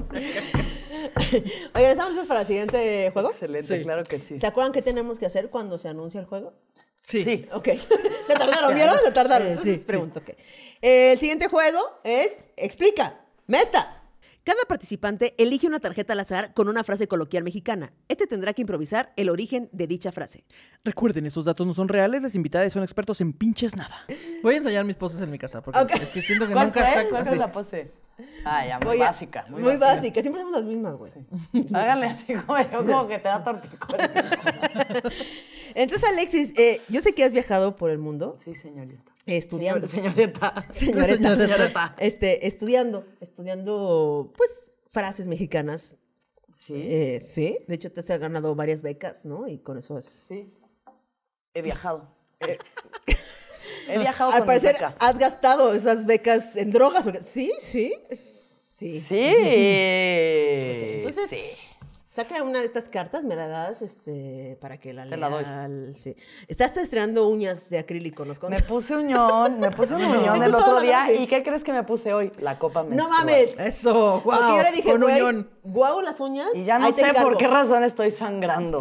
Oigan, ¿estamos listos para el siguiente juego? Excelente, Sí. claro que sí. ¿Se acuerdan qué tenemos que hacer cuando se anuncia el juego? Sí. Sí. Ok. ¿Se tardaron? ¿Vieron? Se tardaron. Entonces, sí. pregunto, ok. El siguiente juego es Explica. ¡Mesta! Cada participante elige una tarjeta al azar con una frase coloquial mexicana. Este tendrá que improvisar el origen de dicha frase. Recuerden, estos datos no son reales, las invitadas son expertos en pinches nada. Voy a ensayar mis poses en mi casa, porque Ok. es que siento que ¿Cuál nunca fue? saco ¿Cuál fue así. la pose? Ah, ya, muy Voy a- básica. Muy básica. Siempre hacemos las mismas, güey. Háganle así como que te da torticolis. Entonces, Alexis, yo sé que has viajado por el mundo Sí, señorita. estudiando. Señorita. Señorita. Estudiando, pues, frases mexicanas. Sí, Sí, de hecho te has ganado varias becas, ¿no? Y con eso es... sí. He viajado. He viajado Al con parecer mis becas. has gastado esas becas en drogas. Porque... Sí. Sí. Entonces, sí. saca una de estas cartas, me la das para que la Te la doy. Sí. Estás estrenando uñas de acrílico, ¿nos Me contas? puse un uñón el Tú otro toda la día. noche. ¿Y qué crees que me puse hoy? La copa menstrual. ¡No mames! Eso, wow. Porque yo le dije, con güey, uñón. guau las uñas. Y ya no ahí te sé por encargo. qué razón estoy sangrando.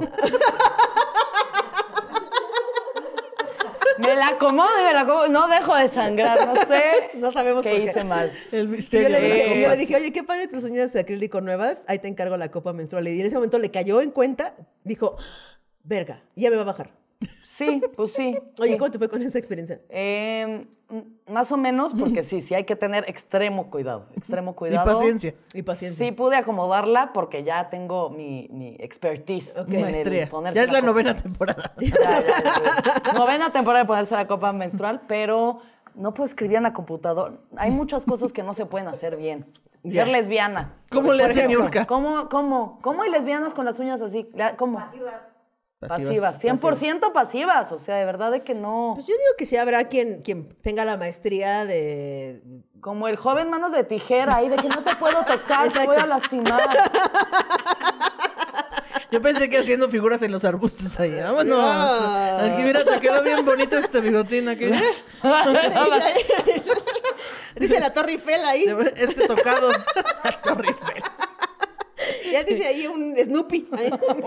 Me la acomodo y me la acomodo. No dejo de sangrar, no sé. No sabemos qué por qué. hice mal. El Y misterio. yo le dije, oye, qué padre tus uñas de acrílico nuevas, ahí te encargo la copa menstrual. Y en ese momento le cayó en cuenta, dijo, verga, ya me va a bajar. Sí, pues sí. Oye, sí. ¿cómo te fue con esa experiencia? Más o menos, porque sí hay que tener extremo cuidado. Extremo Y cuidado. paciencia. Y paciencia. Sí, pude acomodarla porque ya tengo mi expertise. Ok. en el Maestría. ponerse Ya es la copa. novena temporada. Ya. Novena temporada de ponerse la copa menstrual, pero no puedo escribir en la computadora. Hay muchas cosas que no se pueden hacer bien. Ya. Ser lesbiana. ¿Cómo le Por hace ejemplo, Niurka? ¿Cómo hay lesbianas con las uñas así? ¿Cómo? Pasivas. 100% pasivas. O sea, de verdad de que no. Pues yo digo que sí habrá quien tenga la maestría de... Como el joven manos de tijera ahí, de que no te puedo tocar, te Exacto. voy a lastimar. Yo pensé que haciendo figuras en los arbustos ahí. Vámonos. No. Aquí, mira, te quedó bien bonito este bigotín aquí. Dice la Torre Eiffel ahí. Este tocado. Torre Eiffel. Ya dice ahí un Snoopy. Ahí.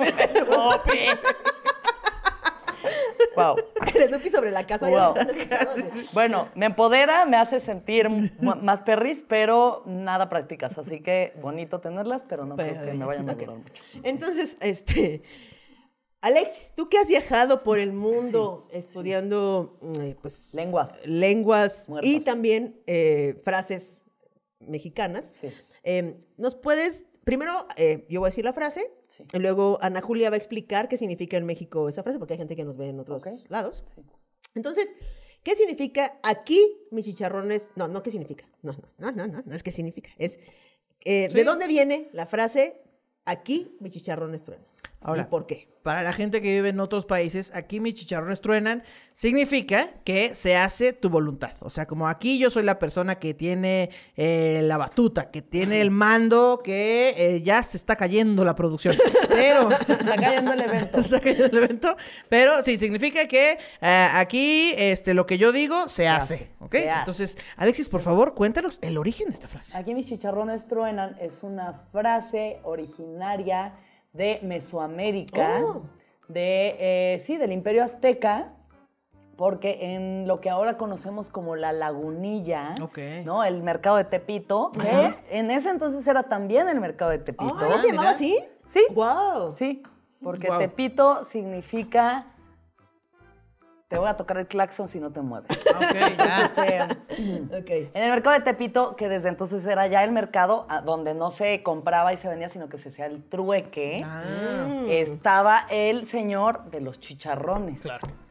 Wow. El Snoopy sobre la casa. Wow. Ya. Bueno, me empodera, me hace sentir más perris, pero nada prácticas. Así que bonito tenerlas, pero no creo que me vayan a durar mucho. Entonces, Alexis, tú que has viajado por el mundo estudiando, pues... Lenguas. y Muertas. también frases mexicanas, Sí. ¿nos puedes... Primero, yo voy a decir la frase, Sí. y luego Ana Julia va a explicar qué significa en México esa frase, porque hay gente que nos ve en otros Ok. lados. Entonces, ¿qué significa aquí mis chicharrones? No, ¿qué significa? No es qué significa. Es, ¿de dónde viene la frase aquí mis chicharrones truenan? Ahora, ¿Y por qué? Para la gente que vive en otros países, aquí mis chicharrones truenan, significa que se hace tu voluntad. O sea, como aquí yo soy la persona que tiene la batuta, que tiene el mando, que ya se está cayendo la producción. Pero... Está cayendo el evento. Está cayendo el evento. Pero sí, significa que aquí lo que yo digo se hace. ¿Ok? Se hace. Entonces, Alexis, por favor, cuéntanos el origen de esta frase. Aquí mis chicharrones truenan es una frase originaria de Mesoamérica, del Imperio Azteca, porque en lo que ahora conocemos como la Lagunilla, Ok. ¿no? El mercado de Tepito, que en ese entonces era también el mercado de Tepito. ¿Ah, se llamaba mira. así? Sí. ¡Wow! Sí, porque Guau. Tepito significa te voy a tocar el claxon si no te mueves. Ok, ya. Ok. En el mercado de Tepito, que desde entonces era ya el mercado donde no se compraba y se vendía, sino que se hacía el trueque, Ah, estaba el señor de los chicharrones. claro.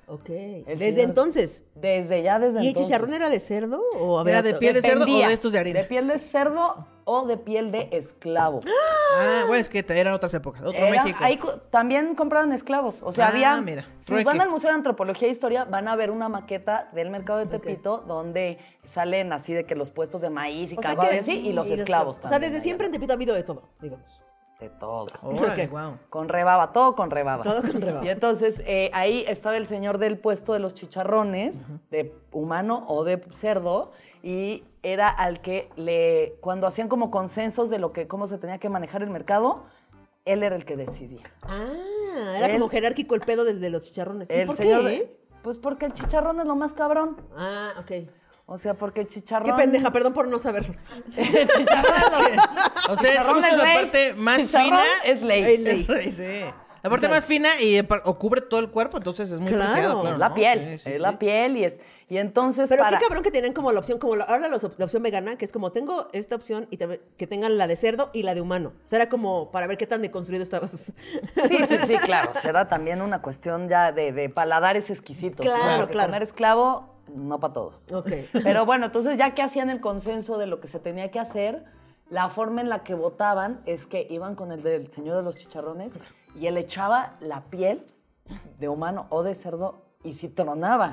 Ok. El Desde señor- entonces. Desde ¿Y el entonces. chicharrón era de cerdo o había ¿Era de piel de cerdo o Dependía, de estos de harina? ¿De piel de cerdo o de piel de esclavo? Ah, bueno, es que eran otras épocas. Otro México. Ahí también compraban esclavos. O sea, Ah, había. mira, Si trueque. van al Museo de Antropología e Historia, van a ver una maqueta del mercado de Tepito donde salen así de que los puestos de maíz y cacao y así, y los esclavos O sea, también desde ahí. siempre en Tepito ha habido de todo, digamos. De todo. Órale, Ok. guau. Con rebaba, todo con rebaba. Todo con rebaba. Y entonces ahí estaba el señor del puesto de los chicharrones, de humano o de cerdo, y era al que cuando hacían como consensos de cómo se tenía que manejar el mercado, él era el que decidía. Ah, era Él- como jerárquico el pedo del de los chicharrones. ¿Y El por señor qué? Pues porque el chicharrón es lo más cabrón. Ah, ok. O sea, porque el chicharrón... Qué pendeja, perdón por no saberlo. El chicharrón, O sea, es chicharrón justo es la ley. parte más Chicharrón fina. es ley. Es ley. Es ley, sí. La parte más fina y o cubre todo el cuerpo, entonces es muy Claro. preciado, claro. Es la ¿no? piel, Sí, sí, es sí. la piel y entonces Pero para... qué cabrón que tenían como la opción, ahora la opción vegana, que es como tengo esta opción y que tengan la de cerdo y la de humano. O sea, era como para ver qué tan deconstruido estabas. Sí, claro. Será también una cuestión ya de paladares exquisitos. Claro, Porque claro. comer esclavo, no para todos. Ok. Pero bueno, entonces ya que hacían el consenso de lo que se tenía que hacer, la forma en la que votaban es que iban con el del señor de los chicharrones y él echaba la piel de humano o de cerdo y si tronaba.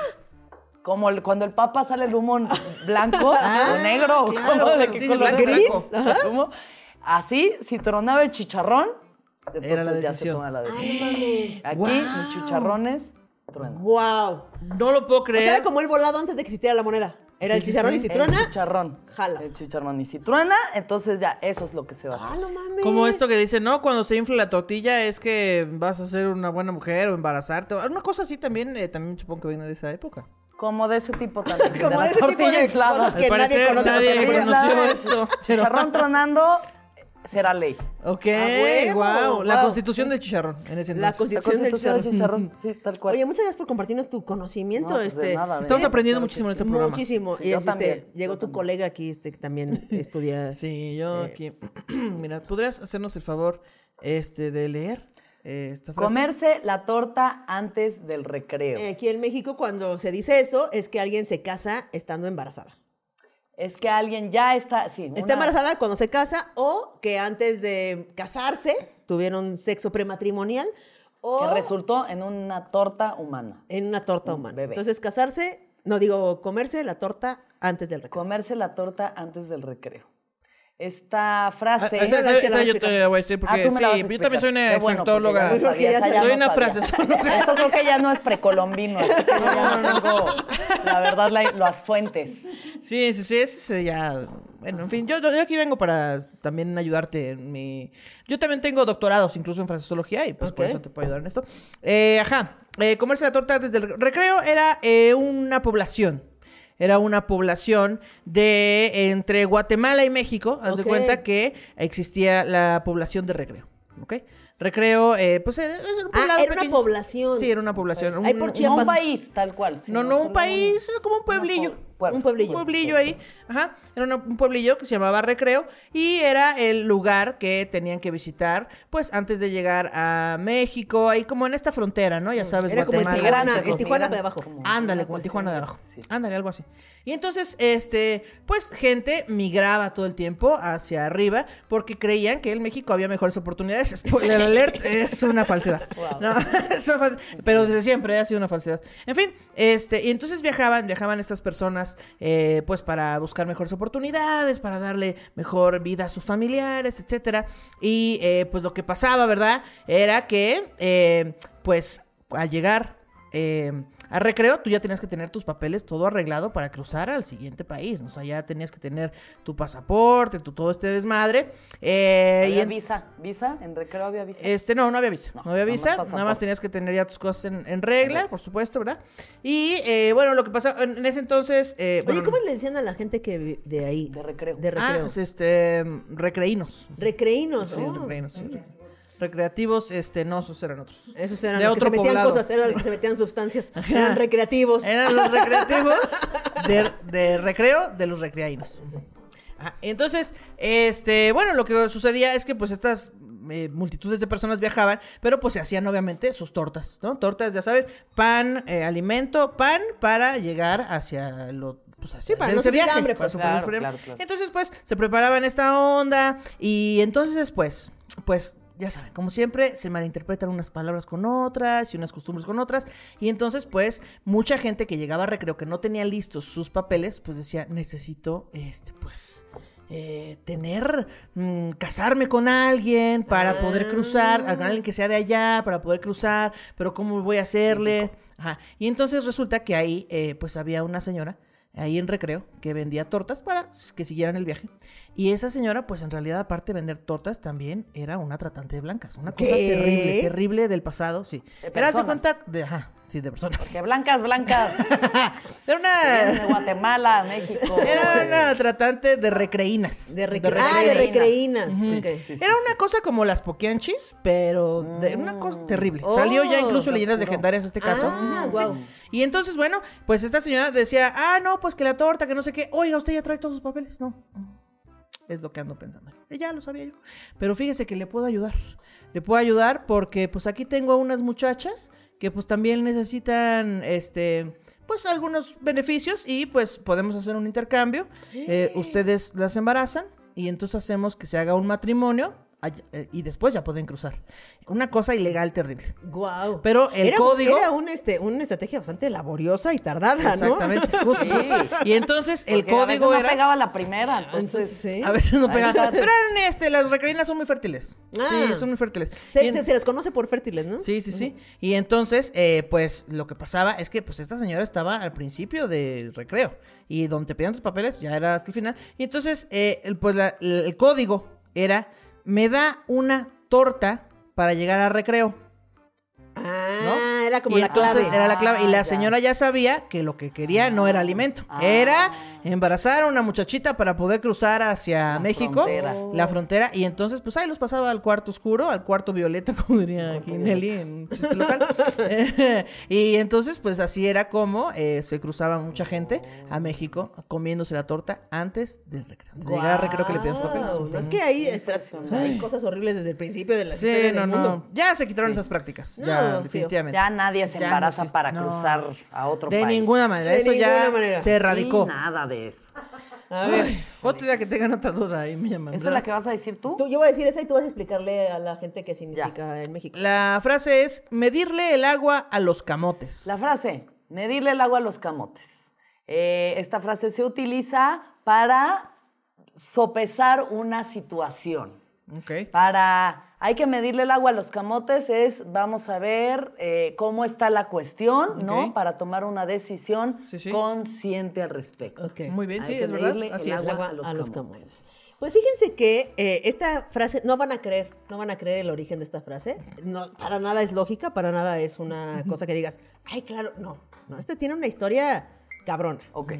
Como cuando el papa sale el humo blanco o negro, o claro, como de qué sí, color blanco, es. gris, Blanco. Humo. Así, si tronaba el chicharrón, entonces Era la ya se decisión. toma la Ay, decisión. no mames. Aquí Guau. los chicharrones truenan. Wow. No lo puedo O creer. sea, era como el volado antes de que existiera la moneda. Era Sí, el sí, chicharrón sí. y si truena. El chicharrón. jala. El chicharrón. Y si truena, entonces ya eso es lo que se va a Ah, hacer. no mames. Como esto que dice, no, cuando se infla la tortilla es que vas a ser una buena mujer o embarazarte. Una cosa así también, también supongo que viene de esa época. Como de ese tipo también. Como la de ese tipo tortilla de inflada. cosas que Al nadie parecer, conoce más nadie que la conoció vida. eso. Chicharrón tronando será ley. Ok, huevo, wow. La wow. constitución del chicharrón en ese La entonces. constitución del chicharrón. Sí, tal cual. Oye, muchas gracias por compartirnos tu conocimiento. No, pues de nada, de Estamos nada. aprendiendo Claro que muchísimo en sí. este programa. Muchísimo. Sí, Y yo es, también, llegó yo tu también. colega aquí, que también estudia. Sí, yo aquí. Mira, ¿podrías hacernos el favor de leer esta frase? Comerse la torta antes del recreo. Aquí en México, cuando se dice eso, es que alguien se casa estando embarazada. Es que alguien ya está... Sí, Está embarazada cuando se casa o que antes de casarse tuvieron sexo prematrimonial o Que resultó en una torta humana. en una torta Un humana. bebé. Entonces, comerse la torta antes del recreo. Comerse la torta antes del recreo. Esta frase... Esa es que la vas a yo te la voy a decir porque tú me la vas a sí, yo también explicar. soy una Qué bueno, extractóloga. porque ya no sabía, Soy esa ya Soy no una sabía. frasesóloga. Eso creo que ya no es precolombino, así que yo ya no tengo, la verdad, las fuentes. Sí, ese ya. Bueno, en fin, yo aquí vengo para también ayudarte en mi. Yo también tengo doctorados, incluso en fraseología, y pues por Ok. eso te puedo ayudar en esto. Comerse la torta desde el recreo era una población. Era una población de entre Guatemala y México. Haz de Ok. cuenta que existía la población de Recreo. ¿Ok? Recreo, pues era un poblado Era una pequeño. población. Sí, era una población. Ahí por No Chiapas. un país, tal cual. sino No, un solo país, como un pueblillo. Un pueblillo. Un pueblillo ahí, ajá, era un pueblillo que se llamaba Recreo y era el lugar que tenían que visitar, pues antes de llegar a México, ahí como en esta frontera, ¿no? Ya sabes, Era como el Guatemala. Tijuana, el Tijuana de abajo. Ándale, una como el cuestión Tijuana de abajo. sí. Ándale, algo así. Y entonces, pues gente migraba todo el tiempo hacia arriba porque creían que en México había mejores oportunidades. Spoiler alert, es una falsedad. Wow. No, es una pero desde siempre ha sido una falsedad. En fin, y entonces viajaban estas personas, pues para buscar mejores oportunidades, para darle mejor vida a sus familiares, etcétera. Y pues lo que pasaba, ¿verdad? Era que, pues al llegar a Recreo, tú ya tenías que tener tus papeles todo arreglado para cruzar al siguiente país. O sea, ya tenías que tener tu pasaporte, todo este desmadre. Había visa. ¿Visa? ¿En recreo había visa? No había visa. No había nada visa. más Nada más pasaporte. tenías que tener ya tus cosas en regla, por supuesto, ¿verdad? Y bueno, lo que pasa en ese entonces. Oye, Bueno, ¿cómo le decían a la gente que de ahí? De recreo. De recreo. es recreínos. Recreínos. Sí, oh. recreínos, sí. Recreativos, no, esos eran otros. Esos eran De los que otro se metían poblado. cosas, eran los que se metían sustancias. Eran recreativos. Eran los recreativos de recreo de los recreaínos. Ajá. Entonces, bueno, lo que sucedía es que pues estas multitudes de personas viajaban, pero pues se hacían obviamente sus tortas, ¿no? Tortas, ya saben, pan, alimento, pan para llegar hacia pues hacia para hacer no ese sufrir viaje, hambre, para pues. sufrir Claro, hambre. claro. Entonces, pues, se preparaban esta onda y entonces después, pues, ya saben, como siempre, se malinterpretan unas palabras con otras y unas costumbres con otras. Y entonces, pues, mucha gente que llegaba a recreo que no tenía listos sus papeles, pues decía, necesito, casarme con alguien para poder cruzar, con alguien que sea de allá, para poder cruzar, pero ¿cómo voy a hacerle? Ajá. Y entonces resulta que ahí, pues, había una señora ahí en recreo que vendía tortas para que siguieran el viaje. Y esa señora, pues en realidad, aparte de vender tortas, también era una tratante de blancas. Una cosa ¿Qué? terrible del pasado, sí. De Era de personas. cuenta de personas. Que blancas. Era Vienen de una, Guatemala, México. era una tratante de recreínas. De recreínas. recreínas. Ujú. Ok. Era una cosa como las poquianchis, pero de una cosa terrible. Oh, Salió ya incluso leyendas oscuro. legendarias este caso. Ah, Sí. guau. Y entonces, bueno, pues esta señora decía, no, pues que la torta, que no sé qué. Oiga, ¿usted ya trae todos sus papeles? No. Es lo que ando pensando. Ya lo sabía yo. Pero fíjese que le puedo ayudar. Le puedo ayudar porque pues aquí tengo unas muchachas que pues también necesitan pues algunos beneficios y pues podemos hacer un intercambio. Ustedes las embarazan y entonces hacemos que se haga un matrimonio y después ya pueden cruzar. Una cosa ilegal terrible. Guau. Pero el código... Era una estrategia bastante laboriosa y tardada, ¿no? Exactamente, justo. Sí. Y entonces el Porque a veces código no era... pegaba la primera, entonces... Entonces, sí. A veces no Ahí pegan. está. Pero las recreinas son muy fértiles. Ah. Sí, son muy fértiles. Se, Y en- se les conoce por fértiles, ¿no? Sí, sí, sí. Y entonces, pues, lo que pasaba es que, pues, esta señora estaba al principio del recreo. Y donde te pedían tus papeles, ya era hasta el final. Y entonces, el código era, me da una torta para llegar al recreo. Ah, era como Y la entonces clave. Era la clave. Y la ya. señora ya sabía que lo que quería no era alimento. Era embarazar a una muchachita para poder cruzar hacia La México. frontera. La frontera. Y entonces, pues ahí los pasaba al cuarto oscuro, al cuarto violeta, como diría aquí Nelly en un chiste local. Y entonces, pues así era como se cruzaba mucha gente a México comiéndose la torta antes del recreo. Antes de llegar al recreo que le pedías papeles. Guau, no es que hay, o sea, hay cosas horribles desde el principio de la Sí, historia no, del no. mundo. Ya se quitaron esas prácticas. No, Ya, sí. definitivamente. Ya nadie se Ya no embaraza existe- para no. cruzar a otro De país. ninguna manera. De Eso ya ninguna manera. se erradicó. Y nada de eso. A ver, Otro día que tengan otra duda ahí me llaman. ¿Esa es la que vas a decir tú? yo voy a decir esa y tú vas a explicarle a la gente qué significa en México. La frase es medirle el agua a los camotes. La frase, medirle el agua a los camotes. Esta frase se utiliza para sopesar una situación. Ok. Hay que medirle el agua a los camotes, vamos a ver cómo está la cuestión, ¿no? Ok. Para tomar una decisión Sí, sí. consciente al respecto. Ok. Muy bien, Hay sí, que es verdad. medirle Así el es. agua A los camotes. Pues fíjense que esta frase, no van a creer el origen de esta frase. No, para nada es lógica, para nada es una cosa que digas, ay, claro, no. Esta tiene una historia cabrona. Ok.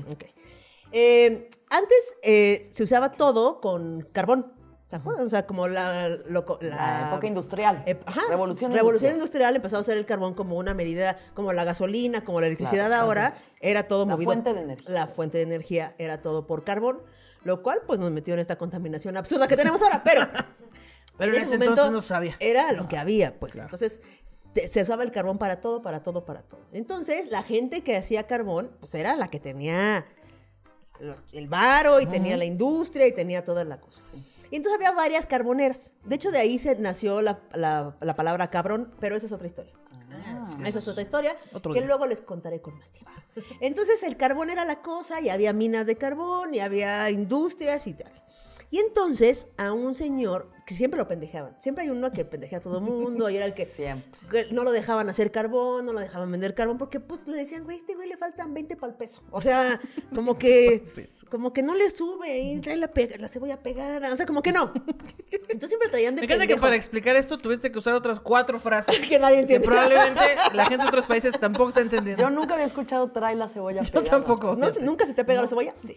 Antes se usaba todo con carbón. ¿Se acuerdan? O sea, como La época industrial. Ajá, Revolución industrial empezó a usar el carbón como una medida, como la gasolina, como la electricidad Claro, ahora, era todo La movido. fuente de energía. La fuente de energía era todo por carbón, lo cual pues nos metió en esta contaminación absurda que tenemos ahora, pero Pero en ese entonces no sabía. era lo que había, pues. Entonces se usaba el carbón para todo, para todo, para todo. Entonces la gente que hacía carbón, pues era la que tenía el varo y tenía la industria y tenía toda la cosa. Y entonces había varias carboneras. De hecho, de ahí se nació la palabra cabrón, pero esa es otra historia. Esa es otra historia Otro que día. luego les contaré con más tiempo. Entonces el carbón era la cosa y había minas de carbón y había industrias y tal. Y entonces a un señor que siempre lo pendejaban. Siempre hay uno que pendejea a todo el mundo y era el que Siempre. no lo dejaban hacer carbón, no lo dejaban vender carbón porque pues le decían, güey, este güey le faltan 20 para el peso. O sea, como que no le sube y trae la cebolla pegada. O sea, como que no. Entonces siempre traían de Me encanta que pendejo. para explicar esto tuviste que usar otras 4 frases. Que nadie Que entiende. probablemente la gente de otros países tampoco está entendiendo. Yo nunca había escuchado trae la cebolla Yo pegada. tampoco. ¿Nunca se te ha pegado la cebolla? Sí.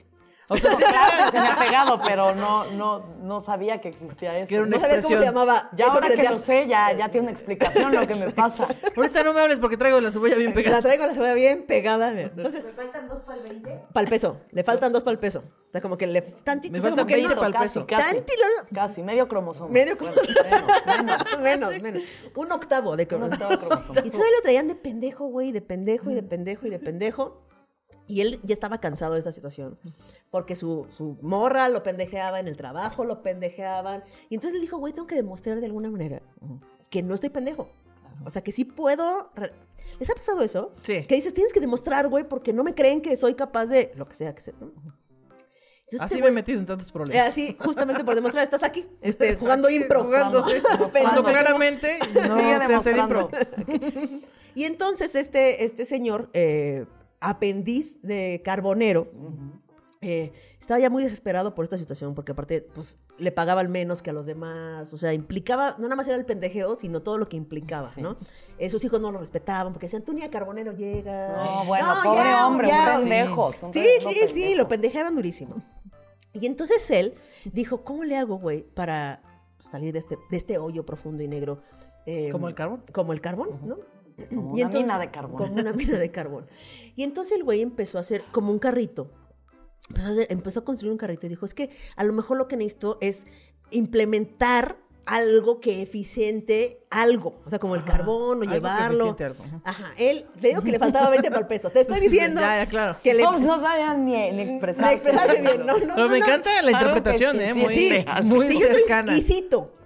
O sea, sí, Claro, se me ha pegado, pero no sabía que existía eso. Que era una No sabías cómo se expresión. llamaba. Ya eso ahora que tendrías- lo sé, ya tiene una explicación lo que me pasa. Ahorita no me hables porque traigo la cebolla bien La pegada. traigo la cebolla bien pegada. Mira. Entonces, ¿le faltan 2 para el 20? Para el peso. Le faltan 2 para el peso. O sea, como que le tantito. Me o sea, faltan como que 20 no- para el peso. Casi, medio cromosoma. Medio Bueno, cromosoma. Menos. Un octavo de Un cromosoma. octavo cromosoma. Y todavía lo traían de pendejo, güey, de pendejo y de pendejo y de pendejo. Y él ya estaba cansado de esta situación. Porque su morra lo pendejeaba en el trabajo, lo pendejeaban. Y entonces él dijo, güey, tengo que demostrar de alguna manera que no estoy pendejo. O sea, que sí puedo... ¿Les ha pasado eso? Sí. Que dices, tienes que demostrar, güey, porque no me creen que soy capaz de... Lo que sea que sea, ¿no? Entonces, Así este me he güey- metido en tantos problemas. Así, justamente por demostrar, estás aquí, jugando impro. Jugando, sí. Pensando Cuando que no- claramente no Sigue sé hacer impro. demostrando. Y entonces este señor, aprendiz de carbonero, estaba ya muy desesperado por esta situación, porque aparte, pues, le pagaban menos que a los demás, o sea, implicaba, no nada más era el pendejeo, sino todo lo que implicaba, ¿no? Sus hijos no lo respetaban, porque decían, tú ni a carbonero llegas. No, bueno, pobre hombre, un pendejo. un Sí, pendejo sí, sí, pendejo. lo pendejaban durísimo. Y entonces él dijo, ¿cómo le hago, güey, para salir de este hoyo profundo y negro? ¿Como el carbón? Como el carbón, ¿no? Como Y una mina de carbón. Como una mina de carbón. Y entonces el güey empezó a hacer como un carrito. Empezó a construir un carrito y dijo, es que a lo mejor lo que necesito es implementar algo que eficiente algo. O sea, como el carbón o algo que llevarlo. eficiente algo, ajá. Ajá. Él, te digo que le faltaba 20 para el peso. Te estoy diciendo Ya, claro. que le... No, no sabían ni expresarse. de expresarse bien, no, Pero me encanta la Algo interpretación, que sí, muy, sí, sí. muy Sí, yo soy cercana. y cito.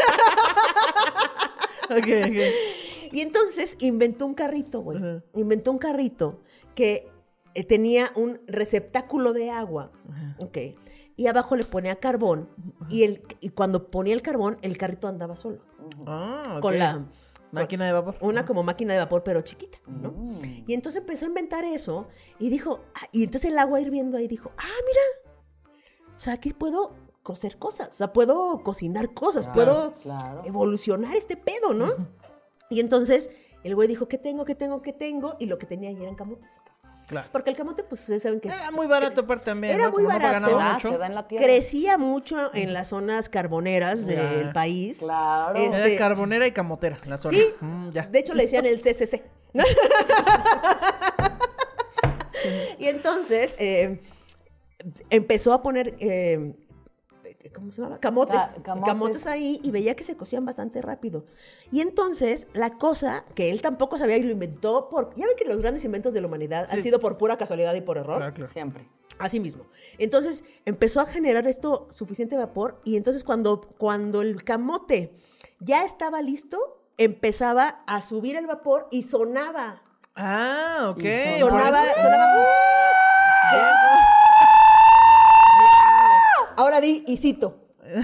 Ok. Y entonces inventó un carrito, güey. Ajá. Inventó un carrito que tenía un receptáculo de agua, ok, y abajo le ponía carbón, y cuando ponía el carbón, el carrito andaba solo, Ah, ok. con la... Máquina de vapor. Una como máquina de vapor, pero chiquita, ¿no? Y entonces empezó a inventar eso, y dijo, y entonces el agua hirviendo ahí dijo, mira, o sea, aquí puedo cocer cosas, o sea, puedo cocinar cosas, puedo claro. evolucionar este pedo, ¿no? Y entonces el güey dijo, ¿qué tengo? Y lo que tenía ahí eran camotes. Claro. Porque el camote, pues ustedes saben que Era muy barato aparte también, Era ¿no? muy Como no barato. ganaba Se mucho. da en la tierra. crecía mucho en las zonas carboneras Ya. del país. Claro. Este- Era carbonera y camotera, la zona. Sí, Ya. de hecho le decían el CCC. Y entonces empezó a poner, ¿cómo se llama? Camotes. Camotes. Camotes ahí y veía que se cocían bastante rápido. Y entonces la cosa que él tampoco sabía y lo inventó ya ven que los grandes inventos de la humanidad han Sí. sido por pura casualidad y por error. Claro, claro. Siempre. Así mismo. Entonces empezó a generar esto suficiente vapor y entonces cuando el camote ya estaba listo, empezaba a subir el vapor y sonaba. Ah, ok. Y Sonaba. Ahora di y cito.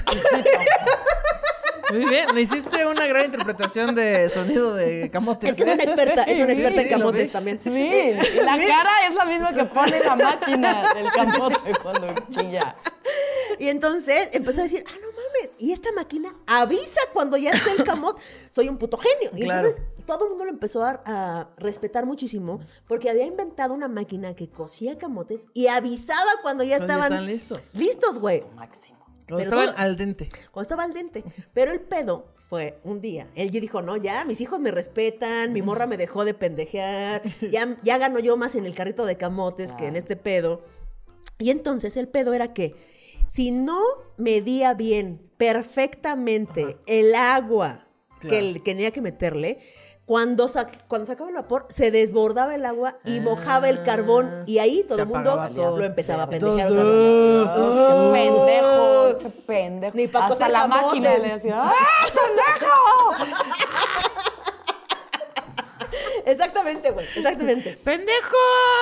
Muy bien, me hiciste una gran interpretación de sonido de camotes. Es que es una experta Sí, en sí, camotes lo vi. también. Sí, y la cara es la misma que pone la máquina del camote cuando chilla. Y entonces empezó a decir, no mames, y esta máquina avisa cuando ya está el camote. Soy un puto genio. Y Claro. entonces todo el mundo lo empezó a respetar muchísimo porque había inventado una máquina que cosía camotes y avisaba cuando ya Cuando estaban están listos. listos, güey. Máximo. Cuando Pero estaban todo- al dente. Cuando estaba al dente. Pero el pedo fue un día. Él ya dijo, no, ya, mis hijos me respetan, mi morra me dejó de pendejear, ya gano yo más en el carrito de camotes que en este pedo. Y entonces el pedo era que si no medía bien, perfectamente, el agua Claro. que tenía que meterle, cuando sacaba el vapor, se desbordaba el agua y mojaba el carbón. Y ahí todo Se el mundo apagaba todo. lo empezaba a Todos, pendejear otra vez. Qué pendejo. Ni pa' Hasta cocer la camotes. máquina le decía, ¡ah, pendejo! Exactamente, güey, exactamente. ¡Pendejo!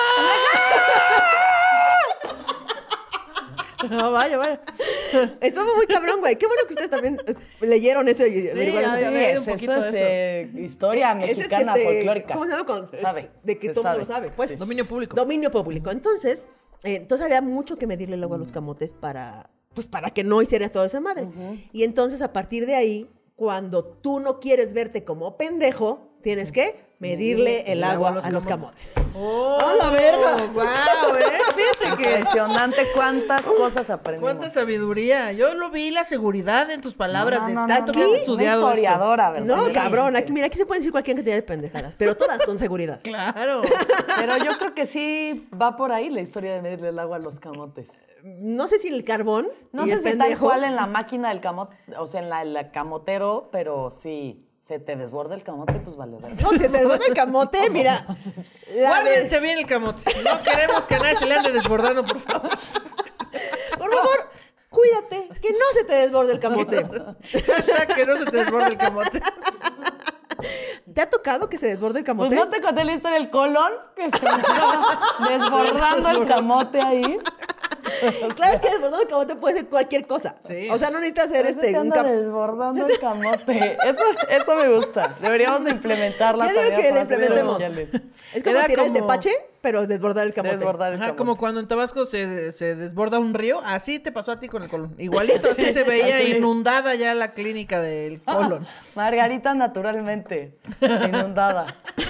No, vaya. Estuvo muy cabrón, güey. Qué bueno que ustedes también leyeron ese y averiguaron había eso. leído un Eso poquito es de historia Ese es mexicana folclórica. ¿Cómo se llama? Se sabe, De que se todo el mundo lo sabe. sabe. Pues, Dominio público. dominio público. Entonces había mucho que medirle el agua a los camotes para que no hiciera toda esa madre. Y entonces, a partir de ahí, cuando tú no quieres verte como pendejo, tienes que medirle el agua a los camotes. ¡Oh, ¡A la verga! ¡Wow! Fíjate que... Impresionante cuántas cosas aprendimos. ¡Cuánta sabiduría! Yo lo vi, la seguridad en tus palabras de No, tanto que has una estudiado esto. historiadora, ¿verdad? No, Sí. cabrón, aquí, mira, aquí se puede decir cualquier cantidad de pendejadas, pero todas con seguridad. ¡Claro! Pero yo creo que sí va por ahí la historia de medirle el agua a los camotes. No sé si el carbón No y sé el si tal pendejo... cual en la máquina del camote, o sea, en el camotero, pero sí, se te desborda el camote, pues vale. No, si te desborda el camote, mira. Guárdense bien el camote. No queremos que a nadie se le ande desbordando, por favor. Por favor, cuídate, que no se te desborde el camote. O sea, que no se te desborde el camote. ¿Te ha tocado que se desborde el Pues camote? no te conté la historia del colon, que se me estaba desbordando el camote ahí. Claro, es que desbordado el camote puede ser cualquier cosa. Sí. O sea, no necesitas hacer Se te anda desbordando el camote. Eso me gusta. Deberíamos de implementarla. Yo digo también que la para hacer implementemos. sociales. Es como Era tirar el como- tepache, pero desbordar el camote. Desbordar el Ajá, camote. como cuando en Tabasco se desborda un río, así te pasó a ti con el colon. Igualito, así se veía inundada ya la clínica del colon. Margarita naturalmente inundada.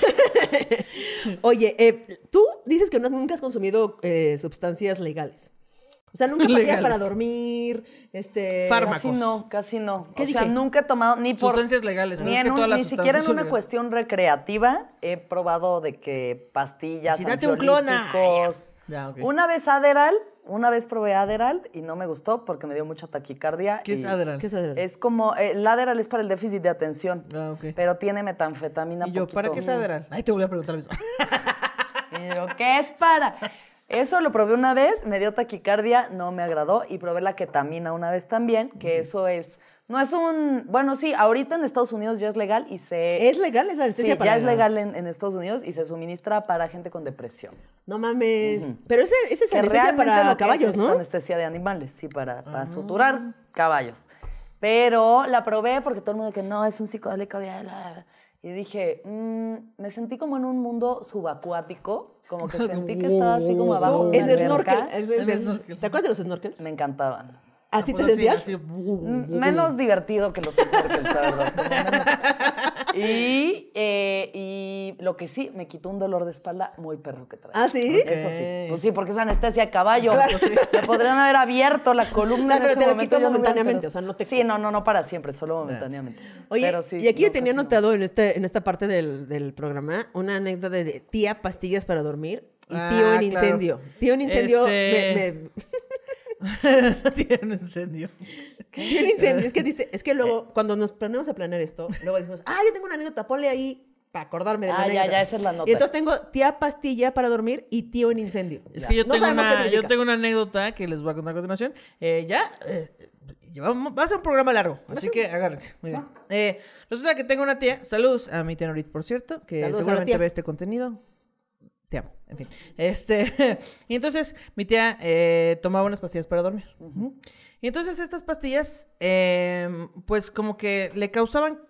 Oye, tú dices que nunca has consumido sustancias legales. O sea, nunca pastillas Legales. para dormir, Fármacos. Casi no. ¿Qué O sea, dije? nunca he tomado ni por... Sustancias legales, pero Ni, es que en todas las ni siquiera en sustancias son una legales. cuestión recreativa he probado de que pastillas, Si date un clona. ansiolíticos. Ya, ok. Una vez Adderall, una vez probé Adderall y no me gustó porque me dio mucha taquicardia. ¿Qué es y Adderall? ¿Qué es Adderall? Es como, el Adderall es para el déficit de atención, Ah, ok. pero tiene metanfetamina Y yo, poquito. ¿para qué es Adderall? Ay, te voy a preguntar lo mismo. Y yo, ¿qué es para? Eso lo probé una vez, me dio taquicardia, no me agradó, y probé la ketamina una vez también, que eso es, no es un, bueno, sí, ahorita en Estados Unidos ya es legal y se... ¿Es legal esa Sí, anestesia para...? ya es legal en Estados Unidos y se suministra para gente con depresión. No mames. Pero ese es Que anestesia realmente para lo que caballos, es ¿no? anestesia de animales, sí, para suturar caballos. Pero la probé porque todo el mundo que no, es un psicodélico. Y dije, me sentí como en un mundo subacuático, como que sentí que estaba así como abajo Tú, de una en snorkel. alberca. ¿Te acuerdas de los snorkels? Me encantaban. ¿Así te Pues sentías? así, Menos divertido que los snorkels, la verdad. Y lo que sí, me quitó un dolor de espalda muy perro que traía. ¿Ah, sí? Eso sí. Pues sí, porque es anestesia de caballo. Claro. Me podrían haber abierto la columna Claro, en pero ese te lo momento, quitó yo no hubiera momentáneamente, enterado. o sea, no te- Sí, no para siempre, solo momentáneamente. Oye, Pero sí, y aquí yo no, tenía casi no. anotado en esta parte del programa una anécdota de tía pastillas para dormir y Ah, tío en claro. incendio. Tío en incendio Tiene un incendio. Tío en incendio. Es que dice, es que luego, cuando nos planeamos a planear esto, luego decimos, yo tengo una anécdota, ponle ahí para acordarme de la anécdota. ya, esa es la nota. Y entonces tengo tía pastilla para dormir y tío en incendio. Es que yo No tengo, sabemos qué yo significa. tengo una anécdota que les voy a contar a continuación. Va a ser un programa largo, así que agárrense. Muy bien. Resulta que tengo una tía, saludos a mi tía Norit, por cierto, que Saludos a la seguramente tía. ve este contenido. Te amo, en fin. Y entonces mi tía tomaba unas pastillas para dormir. Ujú. Y entonces estas pastillas, pues como que le causaban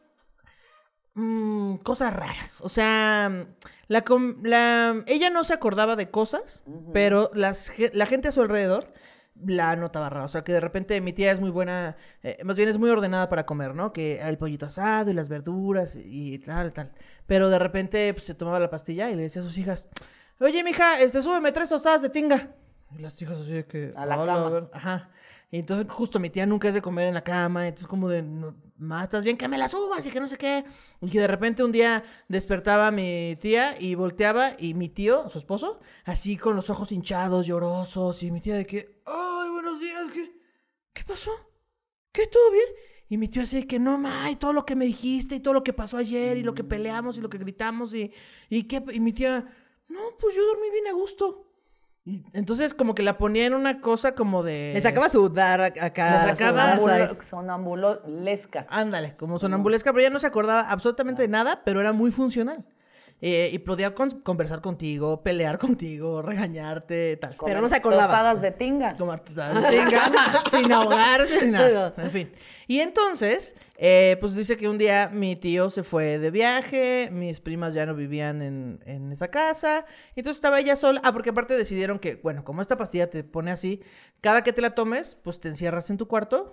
cosas raras. O sea, ella no se acordaba de cosas, pero la gente a su alrededor la notaba rara. O sea, que de repente mi tía es muy buena, más bien es muy ordenada para comer, ¿no? Que el pollito asado y las verduras y tal. Pero de repente pues, se tomaba la pastilla y le decía a sus hijas, oye, mija, súbeme 3 tostadas de tinga. Y las hijas así de que... A la "Hola, cama". a ver". Ajá. Y entonces justo mi tía nunca es de comer en la cama, entonces como de, no, ma, ¿estás bien? Que me la subas y que no sé qué. Y que de repente un día despertaba mi tía y volteaba y mi tío, su esposo, así con los ojos hinchados, llorosos, y mi tía de que, ay, buenos días, ¿qué pasó? ¿Qué? ¿Todo bien? Y mi tío así de que, no, ma, y todo lo que me dijiste, y todo lo que pasó ayer, y lo que peleamos, y lo que gritamos, y mi tía, no, pues yo dormí bien a gusto. Y entonces como que la ponía en una cosa como de... Le sacaba su dar acá. Le sacaba- su danza. Sonambulesca. Ándale, como sonambulesca, pero ella no se acordaba absolutamente de nada, pero era muy funcional. Y podía conversar contigo, pelear contigo, regañarte, tal. Pero no se acordaba. Tostadas de tinga. Como artesana, sin ahogarse, sin nada. En fin. Y entonces, pues dice que un día mi tío se fue de viaje, mis primas ya no vivían en esa casa, y entonces estaba ella sola. Porque aparte decidieron que, bueno, como esta pastilla te pone así, cada que te la tomes, pues te encierras en tu cuarto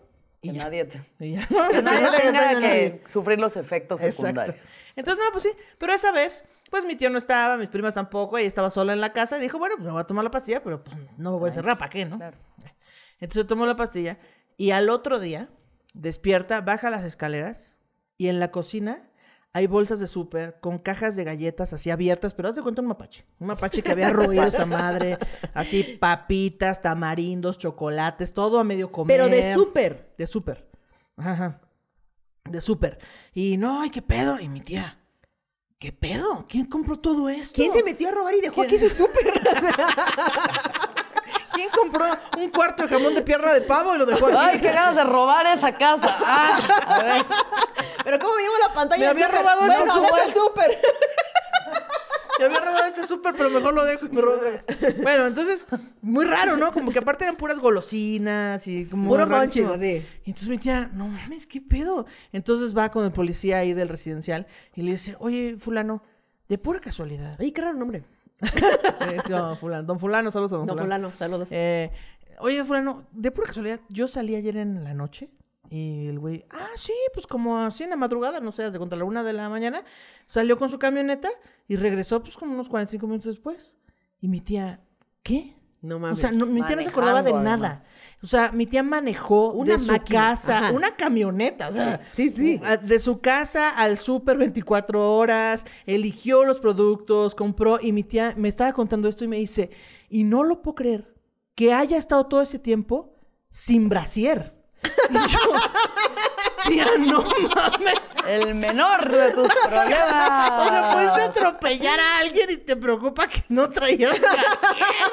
Que ya. nadie, Y ya. que nadie No le hagas tenga daño a nadie. que sufrir los efectos Exacto. secundarios. Entonces, no, pues sí. Pero esa vez, pues mi tío no estaba, mis primas tampoco, ella estaba sola en la casa y dijo, bueno, pues me voy a tomar la pastilla, pero pues no me voy a cerrar, ¿para qué, no? Claro. Entonces tomó la pastilla y al otro día despierta, baja las escaleras y en la cocina hay bolsas de súper con cajas de galletas así abiertas, pero haz de cuenta un mapache que había roído esa madre, así papitas, tamarindos, chocolates, todo a medio comer. Pero de súper. De súper. Ajá. De súper. Y no, ay, qué pedo. Y mi tía, ¿qué pedo? ¿Quién compró todo esto? ¿Quién se metió a robar y dejó aquí su súper? ¿Quién compró un cuarto de jamón de pierna de pavo y lo dejó aquí? Ay, qué ganas de robar esa casa. Ah, a ver. Pero ¿cómo vimos la pantalla? Me del había súper? robado este Bueno, súper. deja el súper. Me había robado este súper, pero mejor lo dejo y me robo tres. Bueno, entonces, muy raro, ¿no? Como que aparte eran puras golosinas y como... Puro rarísimo. monchis, así. Y entonces mi tía, no mames, ¿qué pedo? Entonces va con el policía ahí del residencial y le dice, oye, fulano, de pura casualidad. Ay, qué raro nombre. Sí, no, fulano. Don fulano, saludos a don No, fulano. fulano, saludos. Oye, fulano, de pura casualidad, yo salí ayer en la noche y el güey, sí, pues como así en la madrugada, no sé, desde contra la 1 de la mañana, salió con su camioneta y regresó pues como unos 45 minutos después. Y mi tía, ¿qué? No O mames. sea, mi tía no se acordaba de Manejando, nada. además. O sea, mi tía manejó Una de su máquina, casa, ajá. una camioneta, o sea, Sí, sí. de su casa al súper 24 horas, eligió los productos, compró, y mi tía me estaba contando esto y me dice, y no lo puedo creer, que haya estado todo ese tiempo sin brasier. Y yo, tía, no mames. El menor de tus problemas. O sea, puedes atropellar a alguien y te preocupa que no traías brasier.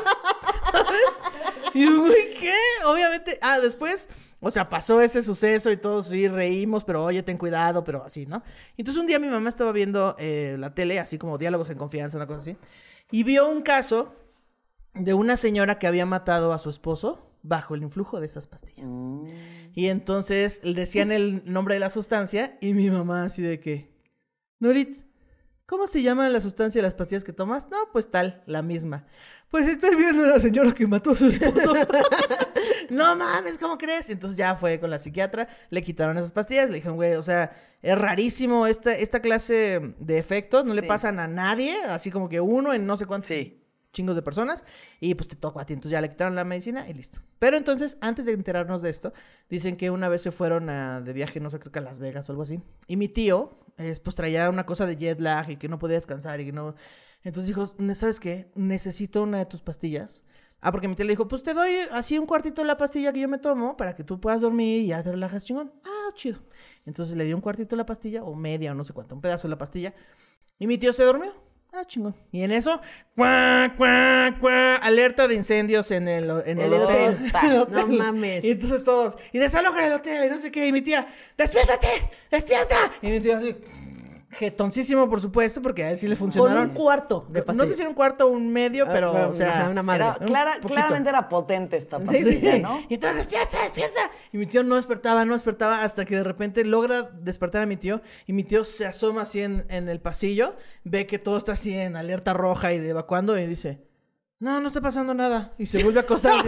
¿Sabes? Y yo, güey, ¿qué? Obviamente, después, o sea, pasó ese suceso y todos sí reímos, pero oye, ten cuidado, pero así, ¿no? Entonces un día mi mamá estaba viendo la tele, así como Diálogos en Confianza, una cosa así, y vio un caso de una señora que había matado a su esposo bajo el influjo de esas pastillas. Y entonces le decían el nombre de la sustancia y mi mamá así de que, Norit, ¿cómo se llama la sustancia de las pastillas que tomas? No, pues tal, la misma. Pues estoy viendo a la señora que mató a su esposo. No mames, ¿cómo crees? Entonces ya fue con la psiquiatra, le quitaron esas pastillas, le dijeron, güey, o sea, es rarísimo esta clase de efectos, no le Sí. pasan a nadie, así como que uno en no sé cuántos Sí. chingos de personas, y pues te tocó a ti. Entonces ya le quitaron la medicina y listo. Pero entonces, antes de enterarnos de esto, dicen que una vez se fueron de viaje, no sé, creo que a Las Vegas o algo así, y mi tío, pues traía una cosa de jet lag y que no podía descansar y que no... Entonces dijo, ¿sabes qué? Necesito una de tus pastillas. Porque mi tía le dijo, pues te doy así un cuartito de la pastilla que yo me tomo para que tú puedas dormir y ya te relajas chingón. Chido. Entonces le dio un cuartito de la pastilla, o media, o no sé cuánto, un pedazo de la pastilla, y mi tío se durmió. Chingón. Y en eso, ¡cuá, cuá, cuá! Alerta de incendios en el El hotel. hotel. El hotel. No mames. Y entonces todos, y desaloja el hotel, y no sé qué. Y mi tía, ¡despiértate! ¡Despierta! Y mi tío así, jetoncísimo, por supuesto, porque a él sí le Con funcionaron. un cuarto de No pastilla. sé si era un cuarto o un medio, pero, o sea... Ajá, una madre. Era, un poquito. claramente era potente esta Sí, pastilla, sí. ¿no? Y entonces, despierta, despierta. Y mi tío no despertaba hasta que de repente logra despertar a mi tío. Y mi tío se asoma así en el pasillo, ve que todo está así en alerta roja y de evacuando y dice, no está pasando nada. Y se vuelve a acostar.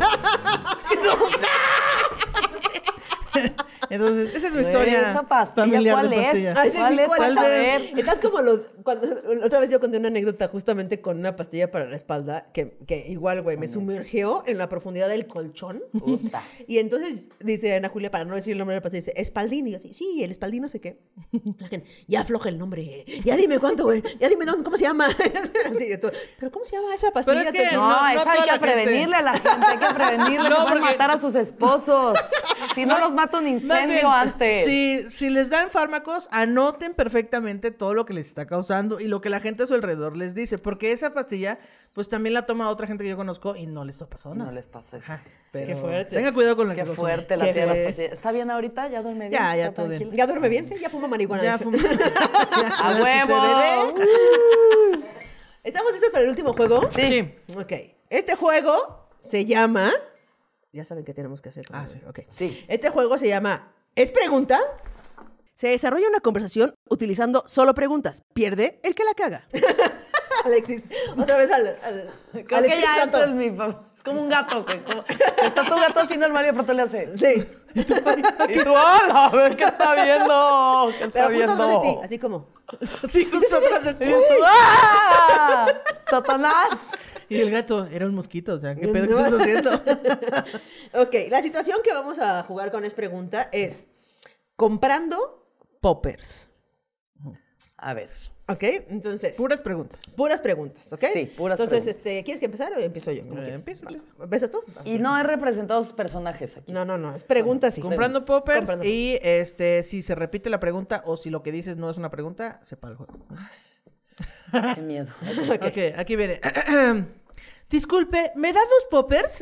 Entonces, esa es mi Güey, historia esa pastilla, familiar ¿cuál de es? pastillas. Ay, sí, ¿Cuál es? ¿cuál es? A A ver. ver. Estás como otra vez yo conté una anécdota justamente con una pastilla para la espalda que igual, güey, me sumergió en la profundidad del colchón. Puta. Y entonces dice Ana Julia, para no decir el nombre de la pastilla, dice, Espaldín. Y yo así, sí, el Espaldín no sé qué. La gente, ya afloja el nombre. Ya dime cuánto, güey. Ya dime dónde, cómo se llama. Así, entonces, pero ¿cómo se llama esa pastilla? Pero es que- No, no esa toda hay la que gente. prevenirle a la gente, hay que prevenirle No, que van a porque- matar a sus esposos. Si no los mata un Más incendio bien, antes. si les dan fármacos, anoten perfectamente todo lo que les está causando y lo que la gente a su alrededor les dice, porque esa pastilla, pues también la toma otra gente que yo conozco y no les ha pasado nada. No les pasa eso. Ajá, pero Qué fuerte. tenga cuidado con la Qué que consume. fuerte la Que tía de las se- pastillas. ¿Está bien ahorita? ¿Ya duerme bien? Ya, ¿Está todo bien. tranquila? ¿Ya duerme bien? Sí, ya fuma marihuana. Ya dice. fumó. ¡A Su huevo! CBD. ¿Estamos listos para el último juego? Sí. Ok. Este juego se llama... Ya saben qué tenemos que hacer. Sí, ok. Sí. Este juego se llama ¿Es pregunta? Se desarrolla una conversación utilizando solo preguntas. Pierde el que la caga. Alexis, otra vez al Creo que Alexis ya Santo. esto es mi... Es como un gato, que está tu gato así normal y de pronto le hace... Sí. Y tú, ¡hola! A ver, ¿qué está viendo? ¿Qué está Pero justo atrás de ti, viendo? así como. Sí, justo atrás de ti. Y tú, ¡ah! ¡Satanás! Y el gato era un mosquito, o sea, ¿qué pedo que estás haciendo? Ok, la situación que vamos a jugar con Es Pregunta es comprando poppers. A ver. ¿Ok? Entonces, Puras preguntas. puras preguntas, ¿ok? Sí, puras Entonces, preguntas. ¿quieres que empezar o empiezo yo? Como quieras. Empieza. ¿Empiezas tú? Y no he representado sus personajes aquí. No, es pregunta sí. Comprando poppers Comprando y si se repite la pregunta o si lo que dices no es una pregunta, sepa el juego. Qué miedo. Ok, aquí viene. Disculpe, ¿me da 2 poppers?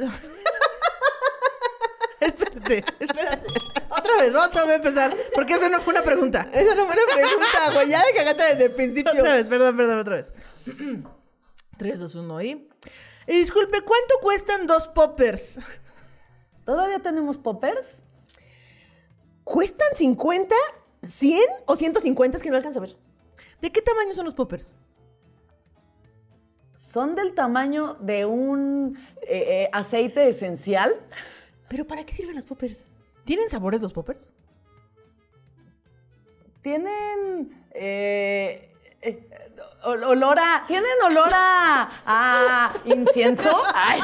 Espérate. Otra vez, vamos a empezar, porque eso no fue una pregunta. Esa no fue una pregunta, güey. Ya de cagate desde el principio. Otra vez, perdón, otra vez. 3, 2, 1 y... Y disculpe, ¿cuánto cuestan 2 poppers? ¿Todavía tenemos poppers? ¿Cuestan 50, 100 o 150? Es que no alcanzo a ver. ¿De qué tamaño son los poppers? ¿Son del tamaño de un aceite esencial? ¿Pero para qué sirven los poppers? ¿Tienen sabores los poppers? Tienen olor a... ¿Tienen olor a incienso? Ay.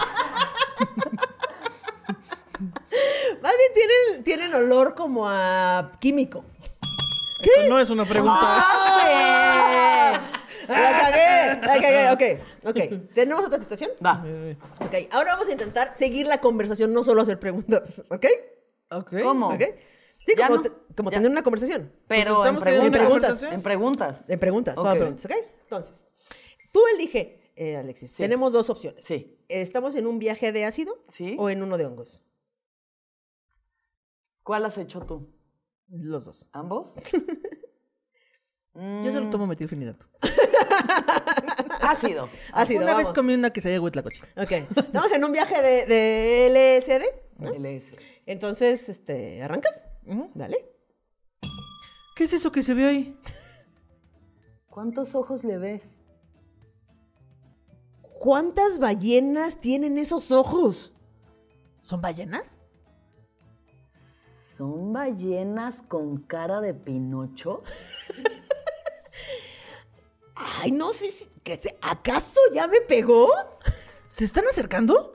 Más bien tienen olor como a químico. Eso no es una pregunta. La cagué. Ok. ¿Tenemos otra situación? Va. Ok, ahora vamos a intentar seguir la conversación, no solo hacer preguntas, ¿ok? Ok. ¿Cómo? ¿Ok? Sí, Ya como, no. como Ya. tener una conversación. Pero Pues en estamos teniendo una preguntas. conversación. En preguntas. En preguntas, todas Ok. preguntas, ¿ok? Entonces, tú elige, Alexis. Tenemos 2 opciones. Sí. ¿Estamos en un viaje de ácido Sí. o en uno de hongos? ¿Cuál has hecho tú? Los 2. ¿Ambos? Yo solo tomo metilfenidato. Ácido. Ácido, Una vez vamos. comí una quesadilla de Huitlacoche. Ok. Estamos en un viaje de LSD. ¿no? LS. Entonces, ¿arrancas? Ujú. Dale. ¿Qué es eso que se ve ahí? ¿Cuántos ojos le ves? ¿Cuántas ballenas tienen esos ojos? ¿Son ballenas? ¿Son ballenas con cara de Pinocho? Ay, no sé si... ¿Acaso ya me pegó? ¿Se están acercando?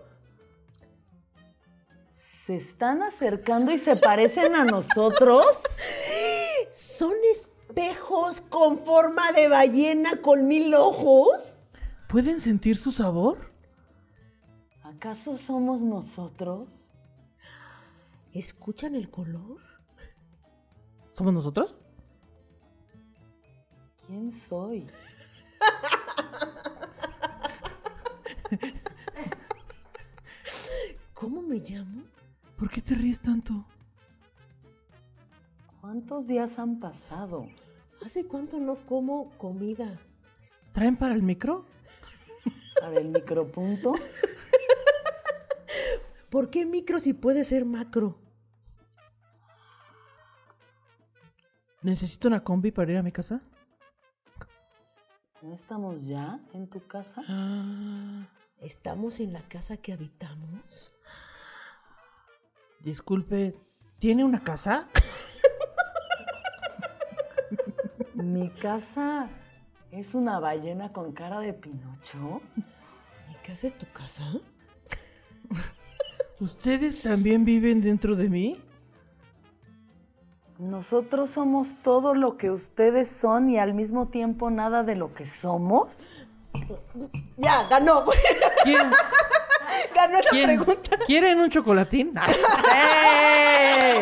¿Se están acercando y se parecen a nosotros? ¿Son espejos con forma de ballena con 1000 ojos? ¿Pueden sentir su sabor? ¿Acaso somos nosotros? ¿Escuchan el color? ¿Somos nosotros? ¿Quién soy? ¿Cómo me llamo? ¿Por qué te ríes tanto? ¿Cuántos días han pasado? ¿Hace cuánto no como comida? ¿Traen para el micro? Para el micropunto. ¿Por qué micro si puede ser macro? ¿Necesito una combi para ir a mi casa? ¿No estamos ya en tu casa? ¿Estamos en la casa que habitamos? Disculpe, ¿tiene una casa? ¿Mi casa es una ballena con cara de Pinocho? ¿Mi casa es tu casa? ¿Ustedes también viven dentro de mí? ¿Nosotros somos todo lo que ustedes son y al mismo tiempo nada de lo que somos? Ya, ganó. ¿Quién? Ganó esa ¿Quién? pregunta. ¿Quieren un chocolatín? ¡Ey!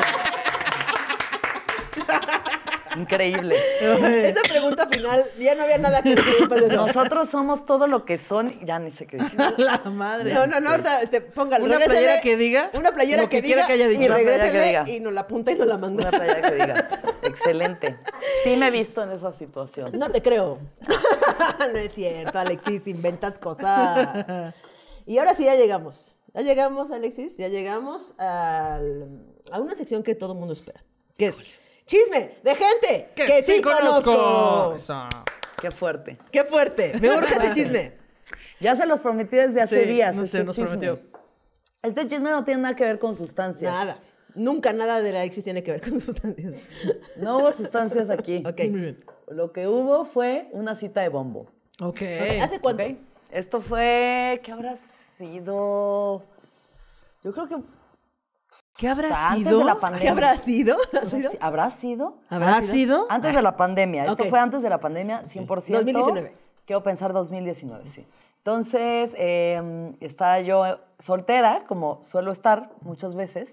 Increíble. Esa pregunta final, ya no había nada que decir después de eso. Nosotros somos todo lo que son. Ya ni sé qué dije. La madre. No, ahorita póngalo. Una regrésele, playera que diga Una playera lo que que quiera diga que haya dicho. y Una playera que regrésele diga. y nos la apunta y nos la manda. Una playa que diga. Excelente. Sí me he visto en esa situación. No te creo. No es cierto, Alexis, inventas cosas. Y ahora sí, ya llegamos. Ya llegamos, Alexis, ya llegamos a una sección que todo el mundo espera, que es chisme de gente que sí conozco. Eso. Qué fuerte. ¡Qué fuerte! Me urge ese chisme. Ya se los prometí desde hace Sí, días. no sé, este nos chisme. prometió. Este chisme no tiene nada que ver con sustancias. Nada. Nunca nada de la Alexis tiene que ver con sustancias. No hubo sustancias aquí. Ok. Muy bien. Lo que hubo fue una cita de bombo. Ok. ¿Hace cuánto? ¿Ok? Esto fue, ¿qué habrá sido? Yo creo que ¿Qué habrá antes sido? de la pandemia. ¿Qué habrá sido? ¿Habrá sido? ¿Habrá sido? Antes de la pandemia. Esto Ok. fue antes de la pandemia, 100%. 2019. Quiero pensar 2019, sí. Entonces, estaba yo soltera, como suelo estar muchas veces,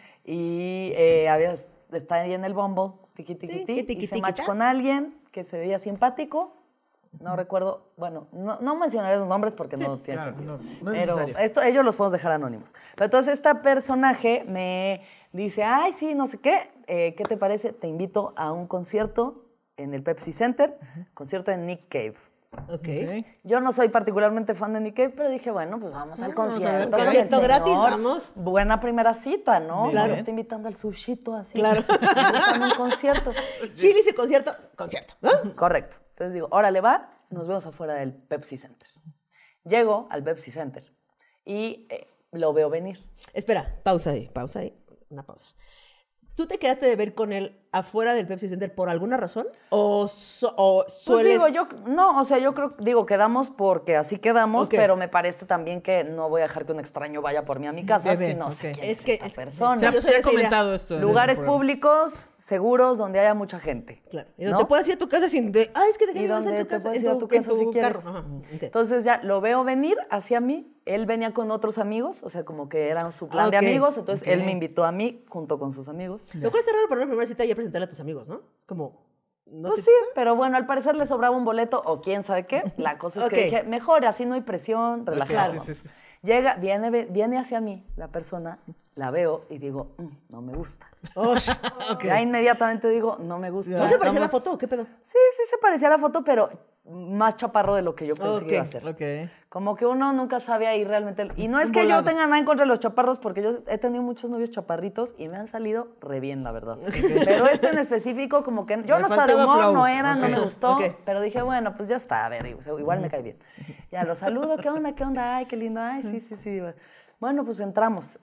y estaba ahí en el Bumble, tiqui, tiqui, Sí, tiqui, tiqui, hice tiqui, match ta. con alguien que se veía simpático. No recuerdo, bueno, no mencionaré los nombres porque no tiene claro, sentido. no es Pero necesario. ellos los podemos dejar anónimos. Pero entonces este personaje me dice, ay, sí, no sé qué, ¿qué te parece? Te invito a un concierto en el Pepsi Center, concierto de Nick Cave. Ok. Ok. Yo no soy particularmente fan de Nick Cave, pero dije, bueno, pues vamos al Vamos a ver. concierto. con el Concierto gratis, señor. vamos. Buena primera cita, ¿no? Bien, Claro. bien. Me está invitando al sushito así. Claro. Me invitando a un concierto. Chile y concierto. Concierto. ¿No? Correcto. Entonces digo, órale, va, nos vemos afuera del Pepsi Center. Llego al Pepsi Center y lo veo venir. Espera, pausa ahí, una pausa. ¿Tú te quedaste de ver con él afuera del Pepsi Center por alguna razón? ¿O Pues sueles...? digo, yo creo, quedamos porque así quedamos, Ok. pero me parece también que no voy a dejar que un extraño vaya por mí a mi casa, Bien, si no ok. sé quién Es es que- esta es- persona. Se ha, Yo soy se de ha esa idea. comentado esto. en Lugares otros programas. públicos, seguros, donde haya mucha gente. Claro. Y donde ¿no? te puedas ir a tu casa sin de... Ay, es que Y déjame donde pasar a tu te casa. puedes En ir a tu, tu casa en tu si quieres. carro. Ajá. Ok. Entonces ya lo veo venir hacia mí. Él venía con otros amigos, o sea, como que era su plan de Ok, amigos. Entonces ok. él me invitó a mí junto con sus amigos. Lo cual está raro para una primera cita y presentarle a tus amigos, ¿no? Como... ¿no Pues te- sí, pero bueno, al parecer le sobraba un boleto o quién sabe qué. La cosa es Ok. que dije, mejor, así no hay presión, relajado. sí, sí, sí. Llega, viene hacia mí la persona, la veo y digo, no me gusta. Osh, ok. Ya inmediatamente digo, no me gusta. ¿No se parecía la Estamos- foto o qué pedo? Sí, sí se parecía a la foto, pero más chaparro de lo que yo pensé que iba a Ok, ser. Ok. Como que uno nunca sabe ahí realmente. Y no Es es un que volado. yo tenga nada en contra de los chaparros, porque yo he tenido muchos novios chaparritos y me han salido re bien, la verdad. Pero este en específico, como que yo Le no estaba de faltaba humor, flow. no era, Ok. no me gustó. Ok. Pero dije, bueno, pues ya está, a ver, igual me cae bien. Ya lo saludo, ¿qué onda? ¿Qué onda? Ay, qué lindo. Ay, sí, sí, sí. Bueno, pues entramos.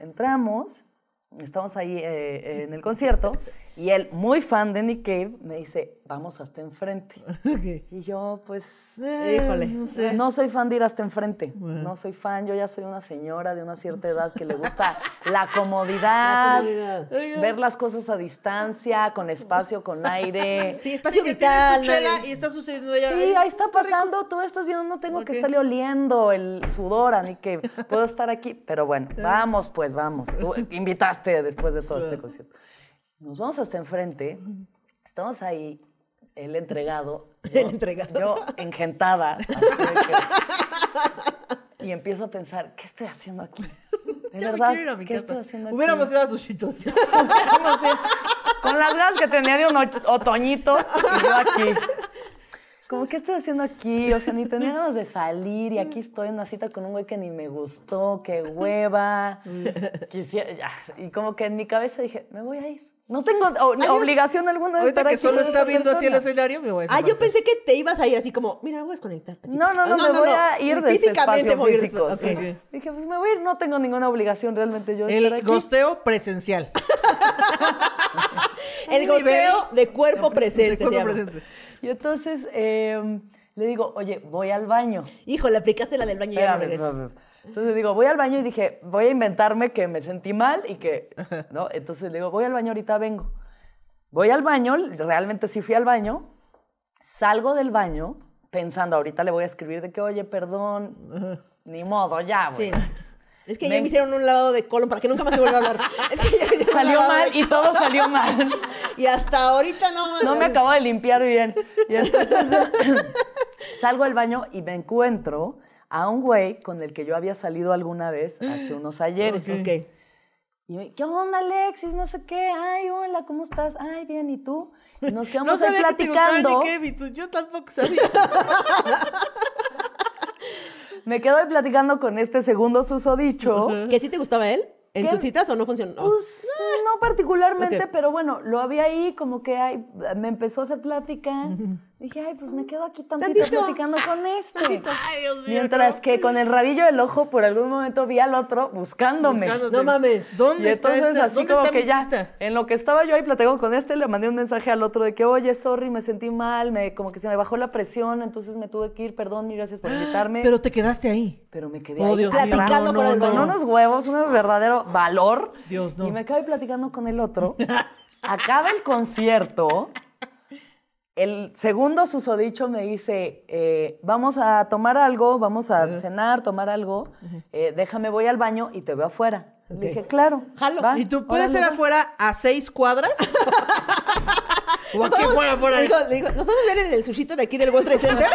Estamos ahí en el concierto y él, muy fan de Nick Cave, me dice, vamos hasta enfrente. Ok. Y yo, pues, Híjole. No sé. no soy fan de ir hasta enfrente. No soy fan. Yo ya soy una señora de una cierta edad que le gusta la comodidad, La comodidad. ver las cosas a distancia, con espacio, con aire. Sí, espacio Que vital. tienes tu chela nadie- y está sucediendo ya. Sí, ahí está pasando, tú estás viendo, no tengo Ok. que estarle oliendo el sudor a ni que puedo estar aquí. Pero bueno, vamos pues, vamos. Tú invitaste después de todo este concierto. Nos vamos hasta enfrente, estamos ahí, él entregado. El entregado. Yo engentada. así de que- y empiezo a pensar, ¿qué estoy haciendo aquí? De Ya me verdad, quiero ir a mi ¿qué casa. estoy haciendo aquí? Hubiéramos ido a Sushitos. Con las ganas que tenía de un otoñito, y yo aquí. Como, ¿qué estoy haciendo aquí? O sea, ni tenía ganas de salir y aquí estoy en una cita con un güey que ni me gustó, qué hueva. Y como que en mi cabeza dije, me voy a ir. No tengo obligación alguna de Ahorita estar que aquí solo con está esta viendo así el persona. escenario, me voy a Ah, yo desaparecer. pensé que te ibas a ir así como, mira, me voy a desconectar. Así. No, me voy a ir de este Físicamente espacio me voy a ir físico. después. Sí. Ok. Dije, pues me voy a ir, no tengo ninguna obligación realmente yo de estar El aquí. gosteo presencial. El gosteo de cuerpo presente. De se cuerpo llama. presente. Y entonces le digo, oye, voy al baño. Hijo, le aplicaste la del baño y ya no Espérame, regreso. espérame. Entonces digo, voy al baño y dije, voy a inventarme que me sentí mal y que, ¿no? Entonces le digo, voy al baño, ahorita vengo. Voy al baño, realmente sí fui al baño, salgo del baño pensando, ahorita le voy a escribir de que, oye, perdón, ni modo, ya, güey. Sí. Es que ya me hicieron un lavado de colon para que nunca más se vuelva a hablar. Es que ya me hicieron un Salió lavado mal de- y todo salió mal. Y hasta ahorita no. No me acabo de limpiar bien. Y entonces salgo del baño y me encuentro a un güey con el que yo había salido alguna vez hace unos ayeres. Ok. Y me, ¿qué onda, Alexis? No sé qué. Ay, hola, ¿cómo estás? Ay, bien, ¿y tú? Y nos No quedamos ahí sabía que te gustaba platicando. ni Kevin, tú- yo tampoco sabía. Me quedo ahí platicando con este segundo susodicho. ¿Que sí te gustaba él? ¿En ¿Qué? sus citas o no funcionó? Pues no particularmente, Ok. pero bueno, lo había ahí, como que me empezó a hacer plática. Dije, ay, pues me quedo aquí tantito platicando con este. Tantito. Ay, Dios mío. Mientras que con el rabillo del ojo, por algún momento vi al otro buscándome. No mames. Y ¿Dónde está entonces así ¿Dónde como está que mi ya, cita? en lo que estaba yo ahí platicando con este, le mandé un mensaje al otro de que, oye, sorry, me sentí mal, como que se me bajó la presión, entonces me tuve que ir, perdón, y gracias por invitarme. Pero te quedaste ahí. Pero me quedé Oh, ahí Dios mío. atrás, Platicando fuera del con baño. unos huevos, un verdadero valor. Dios, no. Y me quedé platicando con el otro. Acaba el concierto. El segundo susodicho me dice, vamos a tomar algo, vamos a cenar, tomar algo. Déjame, voy al baño y te veo afuera. Le dije, claro. Jalo. va, ¿Y tú puedes órale, ser va. afuera a 6 cuadras? ¿O aquí afuera? Le digo, ¿nos podemos ver en el sushito de aquí del World Trade Center?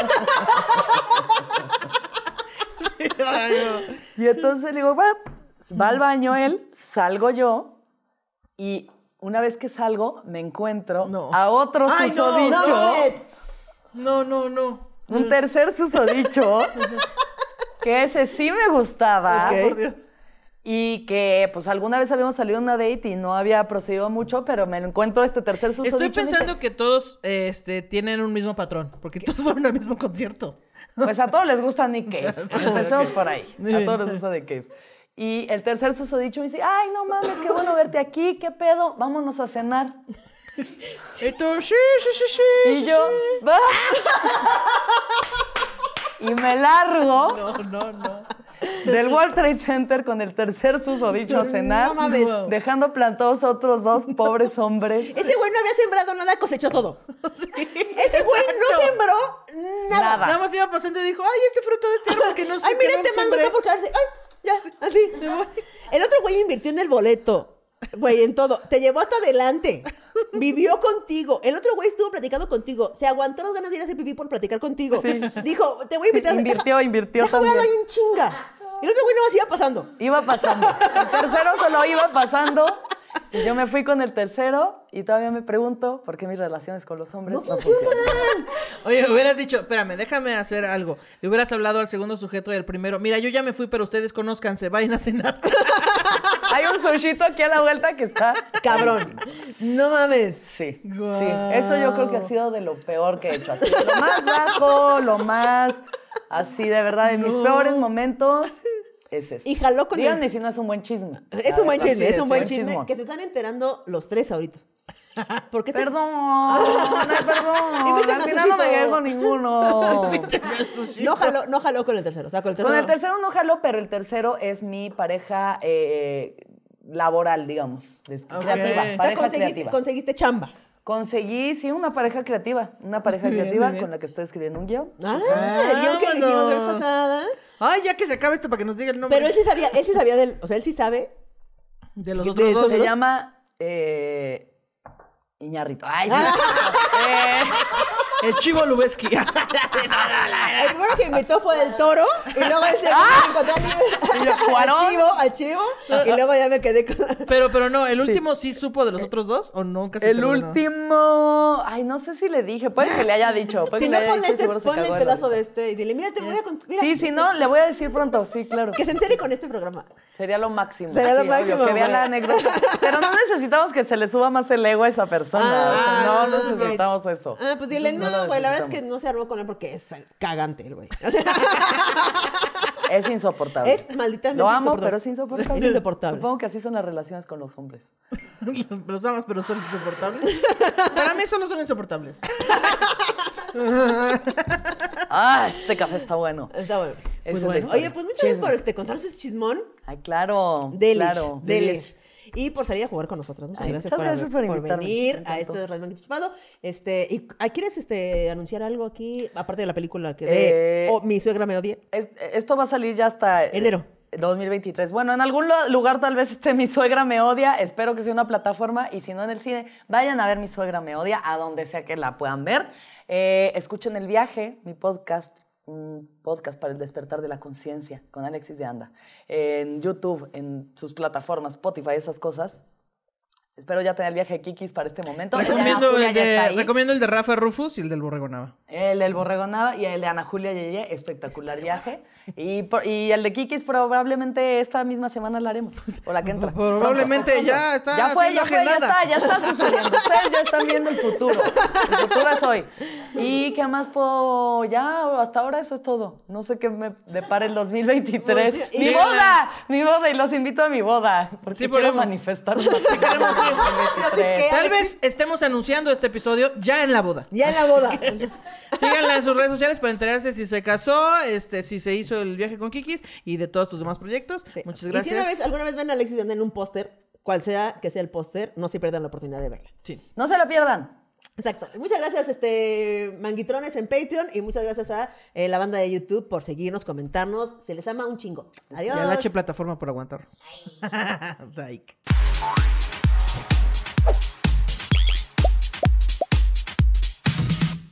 Ay, no. Y entonces le digo, va al baño él, salgo yo y una vez que salgo me encuentro No. a otro Ay, no, susodicho. No mames. No. Un tercer susodicho, que ese sí me gustaba. Ok. Por Dios. Y que, pues, alguna vez habíamos salido a una date y no había procedido mucho, pero me encuentro este tercer susodicho. Estoy y me pensando que todos tienen un mismo patrón, porque todos fueron al mismo concierto. dice, pues a todos les gusta Nick Cave. Empecemos por ahí. Muy A bien. todos les gusta Nick Cave. Y el tercer susodicho me dice, ay, no mames, qué bueno verte aquí, qué pedo, vámonos a cenar. Y tú, sí. Y yo, "Va". Y me largo No. del World Trade Center con el tercer susodicho a cenar, No mames. dejando plantados a otros dos pobres hombres. Ese güey no había sembrado nada, cosechó todo. Ese güey no exacto. sembró nada. Nada. Nada más iba pasando y dijo, ay, este fruto de este árbol que no sé. Ay, mira, que no este mango sembré". está por quedarse. Ay, ya, así. El otro güey invirtió en el boleto. Güey, en todo. Te llevó hasta adelante. Vivió contigo. El otro güey estuvo platicando contigo. Se aguantó las ganas de ir a hacer pipí por platicar contigo. Dijo, te voy a invitar. Invirtió Deja voy al también. baño en chinga. Y el otro güey nomás iba pasando. Iba pasando. El tercero se lo iba pasando. Y yo me fui con el tercero y todavía me pregunto por qué mis relaciones con los hombres No no funcionan. funcionan. Oye, hubieras dicho, espérame, déjame hacer algo. Le hubieras hablado al segundo sujeto y al primero. Mira, yo ya me fui, pero ustedes conózcanse, vayan a cenar. Hay un sushito aquí a la vuelta que está... Cabrón. No mames. Sí, Guau. sí. Eso yo creo que ha sido de lo peor que he hecho. Así, lo más bajo, lo más... Así, de verdad, en mis peores momentos... Es eso. Y jaló con Díganme el... si no es un buen chisme. Es un buen Así chisme, es un buen chisme. chismón. Que se están enterando los tres ahorita. Porque este... Perdón, ay, perdón. Invítame Al a final no me sushito. quedé con ninguno. No jaló con el tercero. O sea, con el tercero. Con el tercero no jaló, pero el tercero es mi pareja laboral, digamos. Ok. Creativa, O sea, pareja creativa. conseguiste chamba. Conseguí, sí, una pareja creativa. Una pareja Muy bien, creativa muy bien. con la que estoy escribiendo un guión. El guión que dijimos la vez pasada. Ay, ya que se acabe esto para que nos diga el nombre. Pero él sí sabía del... O sea, él sí sabe... De los de otros esos dos. Se dos. llama Iñárritu. Ay, sí. El Chivo Lubeski. El primero que invitó fue el Toro. Y luego el segundo encontró Y yo, Cuarón. al Chivo. Y luego ya me quedé con... Pero no, ¿el último sí supo de los otros dos o nunca se El enteró? último... Ay, no sé si le dije. Puede que le haya dicho. Puede Si que no, le haya dicho, seguro se ponle cagó el de la pedazo risa. de este y dile, mira, te voy a contar. Mira, Sí, si no, le voy a decir pronto. Sí, claro. que se entere con este programa. Sería lo máximo. Sería lo Sí, máximo, obvio, que vea güey. la anécdota. Pero no necesitamos que se le suba más el ego a esa persona. O sea, no entonces, necesitamos eso. Ah, pues dile, Entonces, no, lo güey, la verdad es que necesitamos. no se armó con él porque es cagante el güey. O sea, Es insoportable. es malditamente Lo amo, insoportable. pero es insoportable. Es insoportable. Supongo que así son las relaciones con los hombres. Los amas, pero son insoportables. Para mí solo son insoportables. Ah, este café está bueno. Está bueno. Esa Pues es la bueno. historia. Oye, pues muchas gracias Chisme. por contarnos ese chismón. Ay, claro. Delish, Claro. delish. Y por salir a jugar con nosotros. Muchas Ay, gracias, muchas gracias por invitarme. venir Me a encantó. este Radio Manguito Chupado. ¿Quieres anunciar algo aquí? Aparte de la película que Mi suegra me odia. Esto va a salir ya hasta... Enero. 2023. Bueno, en algún lugar tal vez Mi Suegra Me Odia. Espero que sea una plataforma. Y si no en el cine, vayan a ver Mi Suegra Me Odia, a donde sea que la puedan ver. Escuchen El Viaje, mi podcast. Un podcast para el despertar de la conciencia con Alexis de Anda. En YouTube, en sus plataformas, Spotify, esas cosas. Espero ya tener el viaje de Kikis para este momento. Recomiendo Julia el ya está de, ahí. recomiendo el de Rafa Rufus y el del Borrego Nava. El del Borrego Nava y el de Ana Julia Yeye, espectacular viaje. Y el de Kikis probablemente esta misma semana la haremos, o la que entra. Probablemente Pronto. ya está ya siendo agendada. ya está sucediendo. Ustedes ya están viendo el futuro. El futuro es hoy. ¿Y qué más puedo? Ya, hasta ahora eso es todo. No sé qué me depara el 2023. Pues, ¡Mi boda! Y los invito a mi boda, porque Sí, quiero podemos. manifestar un matrimonio queremos ir. en el 2023. Tal vez estemos anunciando este episodio ya en la boda. Ya en la boda. Síganla en sus redes sociales para enterarse si se casó, si se hizo el viaje con Kikis y de todos tus demás proyectos. Sí. Muchas Y gracias. si alguna vez ven a Alexis en un póster, cual sea que sea el póster, no se pierdan la oportunidad de verla. Sí. No se lo pierdan. Exacto. Muchas gracias, Manguitrones en Patreon, y muchas gracias a la banda de YouTube por seguirnos, comentarnos. Se les ama un chingo. Adiós. Y a la H plataforma por aguantarnos. Like.